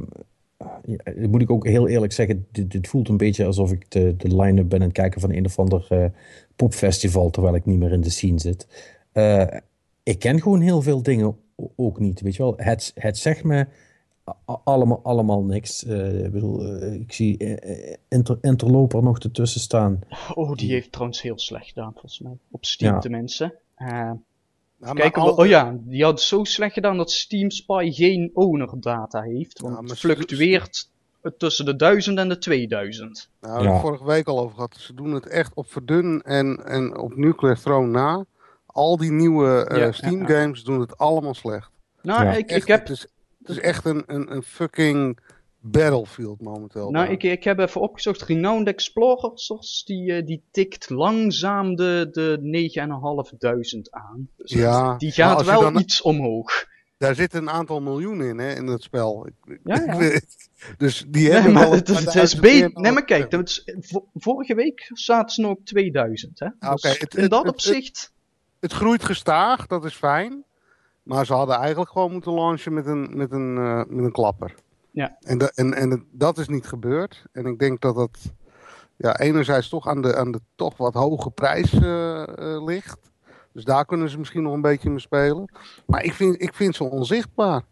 Ja, moet ik ook heel eerlijk zeggen, dit, dit voelt een beetje alsof ik de, de line-up ben aan het kijken van een of ander uh, popfestival, terwijl ik niet meer in de scene zit. Uh, ik ken gewoon heel veel dingen ook niet, weet je wel. Het, het zegt me allemaal, allemaal niks. Uh, ik bedoel, uh, ik zie uh, inter, Interloper nog ertussen staan. Oh, die heeft trouwens heel slecht gedaan, volgens mij. Op Steam ja. tenminste. Uh, Ja, Kijk, al... oh ja, die had zo slecht gedaan dat Steam Spy geen owner data heeft. Want ja, het fluctueert ze... tussen de duizend en de tweeduizend. Nou, daar ja. heb ik vorige week al over gehad. Ze doen het echt op Verdun en, en op Nuclear Throne na. Al die nieuwe uh, ja, Steam ja, ja. games doen het allemaal slecht. Nou, ja. ik, echt, ik heb... Het is, het is echt een, een, een fucking Battlefield momenteel. Nou, ik, ik heb even opgezocht. Renowned Explorers, die, uh, die tikt langzaam de, de negenduizend vijfhonderd aan. Dus ja, die gaat wel dan, iets omhoog. Daar zitten een aantal miljoen in, hè, in het spel. Ik, ja, ja. Ik, dus die nee, hebben maar wel... Het, het is beter... Nee, maar kijk, dat is, vorige week zaten ze nog op tweeduizend, hè. Ah, dus okay, het, in dat het, opzicht... Het, het groeit gestaag, dat is fijn. Maar ze hadden eigenlijk gewoon moeten launchen met een, met een, uh, met een klapper. Ja. En, de, en, en dat is niet gebeurd. En ik denk dat dat ja, enerzijds toch aan de, aan de toch wat hoge prijs uh, uh, ligt. Dus daar kunnen ze misschien nog een beetje mee spelen. Maar ik vind, ik vind ze onzichtbaar.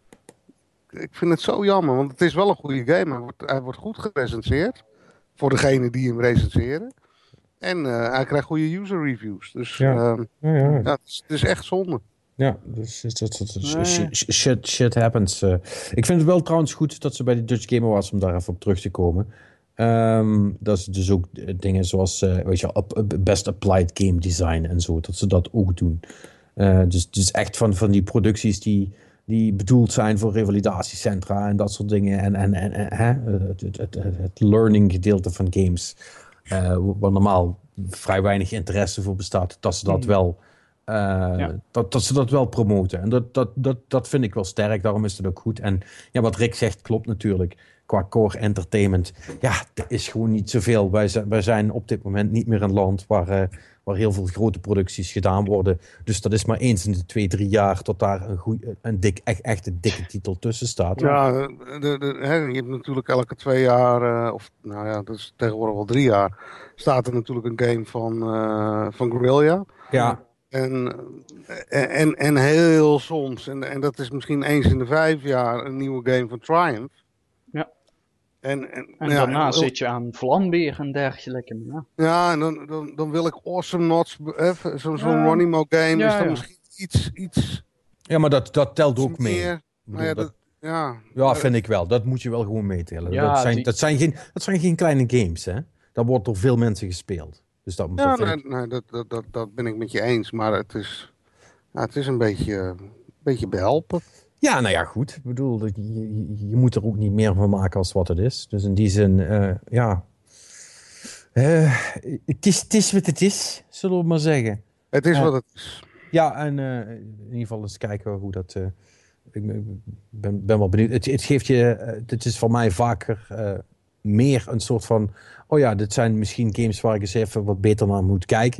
Ik vind het zo jammer, want het is wel een goede game. Hij wordt, hij wordt goed gerecenseerd. Voor degenen die hem recenseren. En uh, hij krijgt goede user reviews. Dus ja. Uh, ja, ja. Ja, het, is, het is echt zonde. Ja, dus dat, dat, dat, nee. shit, shit, shit happens. Uh, ik vind het wel trouwens goed dat ze bij de Dutch Game Awards, om daar even op terug te komen. Um, dat ze dus ook dingen zoals uh, weet je, Best Applied Game Design en zo, dat ze dat ook doen. Uh, dus, dus echt van, van die producties die, die bedoeld zijn voor revalidatiecentra en dat soort dingen. En, en, en, en hè? Het, het, het, het learning gedeelte van games, uh, waar normaal vrij weinig interesse voor bestaat, dat ze dat hmm. wel... Uh, ja. dat, dat ze dat wel promoten. En dat, dat, dat, dat vind ik wel sterk. Daarom is het ook goed. En ja, wat Rick zegt klopt natuurlijk. Qua core entertainment. Ja, er is gewoon niet zoveel. Wij zijn, wij zijn op dit moment niet meer een land waar, uh, waar heel veel grote producties gedaan worden. Dus dat is maar eens in de twee, drie jaar tot daar een, goeie, een dik, echt, echt een dikke titel tussen staat. Ja, de, de, de, hè, je hebt natuurlijk elke twee jaar, uh, of nou ja, dat is tegenwoordig wel drie jaar, staat er natuurlijk een game van, uh, van Guerrilla. Ja. En, en, en heel soms, en, en dat is misschien eens in de vijf jaar, een nieuwe game van Triumph. Ja. En, en, en ja, daarna en, zit je aan Vlambeer en dergelijke. Ja, ja en dan, dan, dan wil ik Awesome Knots, zo'n zo ja. Ronimo game, ja, is dan ja. misschien iets, iets... Ja, maar dat, dat telt ook mee. Meer, bedoel, ja, dat, dat, ja. ja, vind ik wel. Dat moet je wel gewoon meetellen. Ja, dat, zijn, die... dat, zijn geen, dat zijn geen kleine games, hè. Dat wordt door veel mensen gespeeld. Dus dat, ja, dat, nee, nee, dat, dat, dat, dat ben ik met je eens. Maar het is, ja, het is een beetje, een beetje behelpen. Ja, nou ja, goed. Ik bedoel, je, je, je moet er ook niet meer van maken als wat het is. Dus in die zin, uh, ja... Uh, het, is, het is wat het is, zullen we maar zeggen. Het is uh, wat het is. Ja, en uh, in ieder geval eens kijken hoe dat... Uh, ik ben, ben wel benieuwd. Het, het geeft je... Uh, het is voor mij vaker... Uh, meer een soort van... Oh ja, dit zijn misschien games waar ik eens even wat beter naar moet kijken.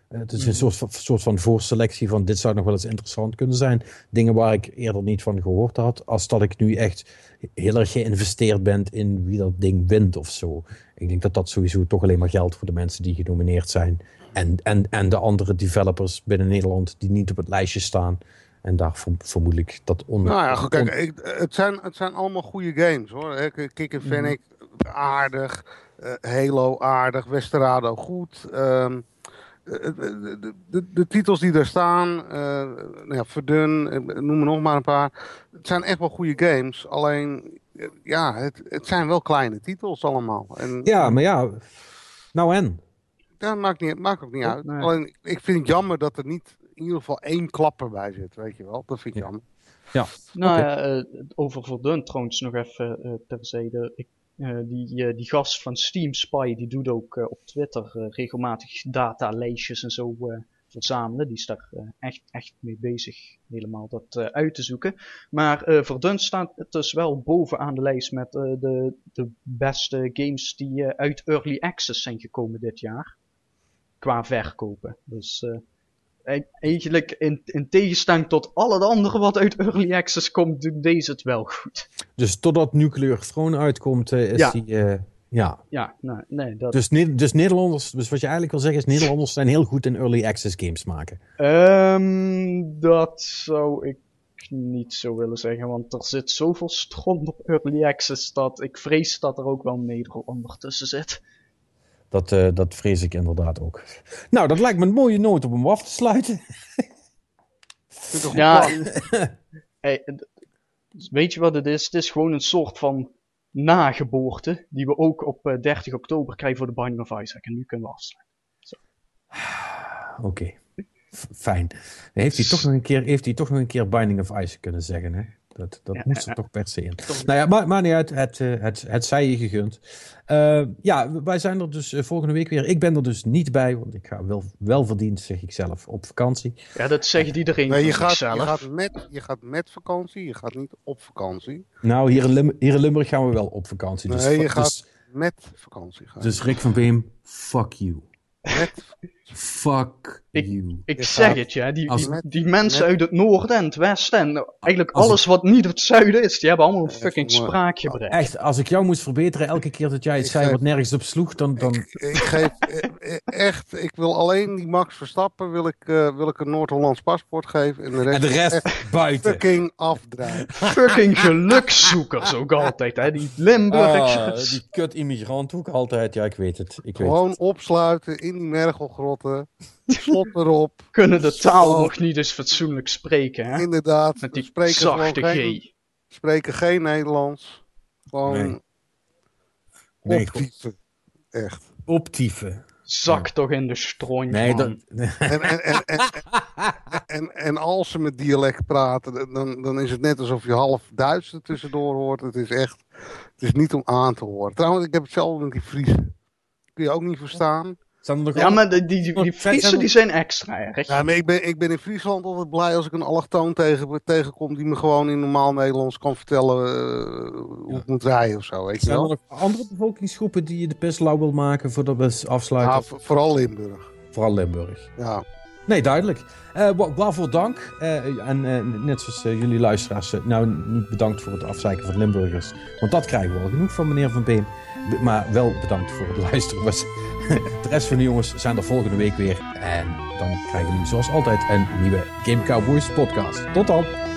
Uh, het is een soort van, soort van voorselectie van dit zou nog wel eens interessant kunnen zijn. Dingen waar ik eerder niet van gehoord had. Als dat ik nu echt heel erg geïnvesteerd ben in wie dat ding wint of zo. Ik denk dat dat sowieso toch alleen maar geldt voor de mensen die genomineerd zijn. En, en, en de andere developers binnen Nederland die niet op het lijstje staan. En daar vermoed ik dat onder... Nou ja, goed, kijk, ik, het, zijn, het zijn allemaal goede games hoor. Kick en Fennec, aardig. Uh, Halo, aardig. Westerado, goed. Um, de, de, de, de titels die daar staan, uh, nou ja, Verdun, noem er nog maar een paar. Het zijn echt wel goede games. Alleen, ja, het, het zijn wel kleine titels allemaal. En, ja, maar ja, nou en? Dat maakt, niet, maakt ook niet uit. Nee. Alleen, ik vind het jammer dat er niet in ieder geval één klapper bij zit, weet je wel. Dat vind ik ja. jammer. Ja. Nou okay. ja, uh, over Verdun trouwens nog even uh, terzijde. Ik, uh, die, uh, die gast van Steam Spy, die doet ook uh, op Twitter uh, regelmatig datalijstjes en zo uh, verzamelen. Die is daar uh, echt, echt mee bezig helemaal dat uh, uit te zoeken. Maar uh, Verdun staat dus wel bovenaan de lijst met uh, de, de beste games die uh, uit Early Access zijn gekomen dit jaar. Qua verkopen. Dus... Uh, Eigenlijk in, in tegenstelling tot al het andere wat uit Early Access komt, doet deze het wel goed. Dus totdat Nuclear Throne uitkomt, uh, is ja. die... Uh, ja, ja nou, nee, dat... dus, dus Nederlanders, dus wat je eigenlijk wil zeggen is, Nederlanders zijn heel goed in Early Access games maken. Um, dat zou ik niet zo willen zeggen, want er zit zoveel stront op Early Access dat ik vrees dat er ook wel een Nederlander tussen zit. Dat, uh, dat vrees ik inderdaad ook. Nou, dat lijkt me een mooie noot om hem af te sluiten. Ja, hey, weet je wat het is? Het is gewoon een soort van nageboorte die we ook op uh, dertig oktober krijgen voor de Binding of Isaac. En nu kunnen we afsluiten. Oké, okay. Fijn. Heeft hij, toch nog een keer, heeft hij toch nog een keer Binding of Isaac kunnen zeggen, hè? Dat, dat ja, moest er ja, toch per se in. Toch. Nou ja, maar, maar niet uit. Het, het, het, het zij je gegund. Uh, ja, wij zijn er dus uh, volgende week weer. Ik ben er dus niet bij, want ik ga wel, wel verdiend, zeg ik zelf, op vakantie. Ja, dat zegt iedereen. Nee, je, gaat, je, gaat met, je gaat met vakantie, je gaat niet op vakantie. Nou, hier in, Lim- hier in Limburg gaan we wel op vakantie. Dus, nee, je dus, gaat met vakantie gaan. Dus Rick van Beem, fuck you. Met... Fuck ik, you. Ik zeg gaat, het, ja. Die, die, met, die mensen met, uit het noorden en het westen en eigenlijk als alles ik, wat niet het zuiden is, die hebben allemaal een fucking maar, spraakgebrek. Echt, als ik jou moest verbeteren elke keer dat jij het zei geef, wat nergens op sloeg, dan... dan... Ik, ik geef echt, ik wil alleen die Max Verstappen, wil ik, uh, wil ik een Noord-Hollands paspoort geven en de rest, en de rest buiten. Fucking afdraaien. Fucking gelukzoekers ook altijd, hè. Die Limburgers. Ah, die kut immigrant ook altijd, ja ik weet het. Ik weet Gewoon het. opsluiten in die mergelgrotten. Slot erop. Kunnen de taal Slot. nog niet eens fatsoenlijk spreken, hè? Inderdaad. Met die spreken zachte G. Geen, spreken geen Nederlands. Gewoon nee. Nee, optieven. Echt. Optieven. Zak ja. toch in de stront, nee, man. Dat... en, en, en, en, en, en als ze met dialect praten, dan, dan is het net alsof je half Duits er tussendoor hoort. Het is echt, het is niet om aan te horen. Trouwens, ik heb hetzelfde met die Friesen. Kun je ook niet verstaan. Ja, maar die, die, die Friesen die zijn extra erg. Ja, maar ik ben, ik ben in Friesland altijd blij als ik een allochtoon tegen, tegenkom die me gewoon in normaal Nederlands kan vertellen uh, hoe ja. ik moet rijden of zo. Weet je zijn wel? er nog andere bevolkingsgroepen die je de pest lauw wil maken voordat we afsluiten? Ja, v- vooral Limburg. Vooral Limburg. Ja. Nee, duidelijk. Uh, wa- waarvoor dank. Uh, en uh, net zoals uh, jullie luisteraars, uh, nou niet bedankt voor het afzeiken van Limburgers. Want dat krijgen we al genoeg van meneer Van Beem. Maar wel bedankt voor het luisteren. De rest van de jongens zijn er volgende week weer. En dan krijgen jullie zoals altijd een nieuwe Game Cowboys podcast. Tot dan!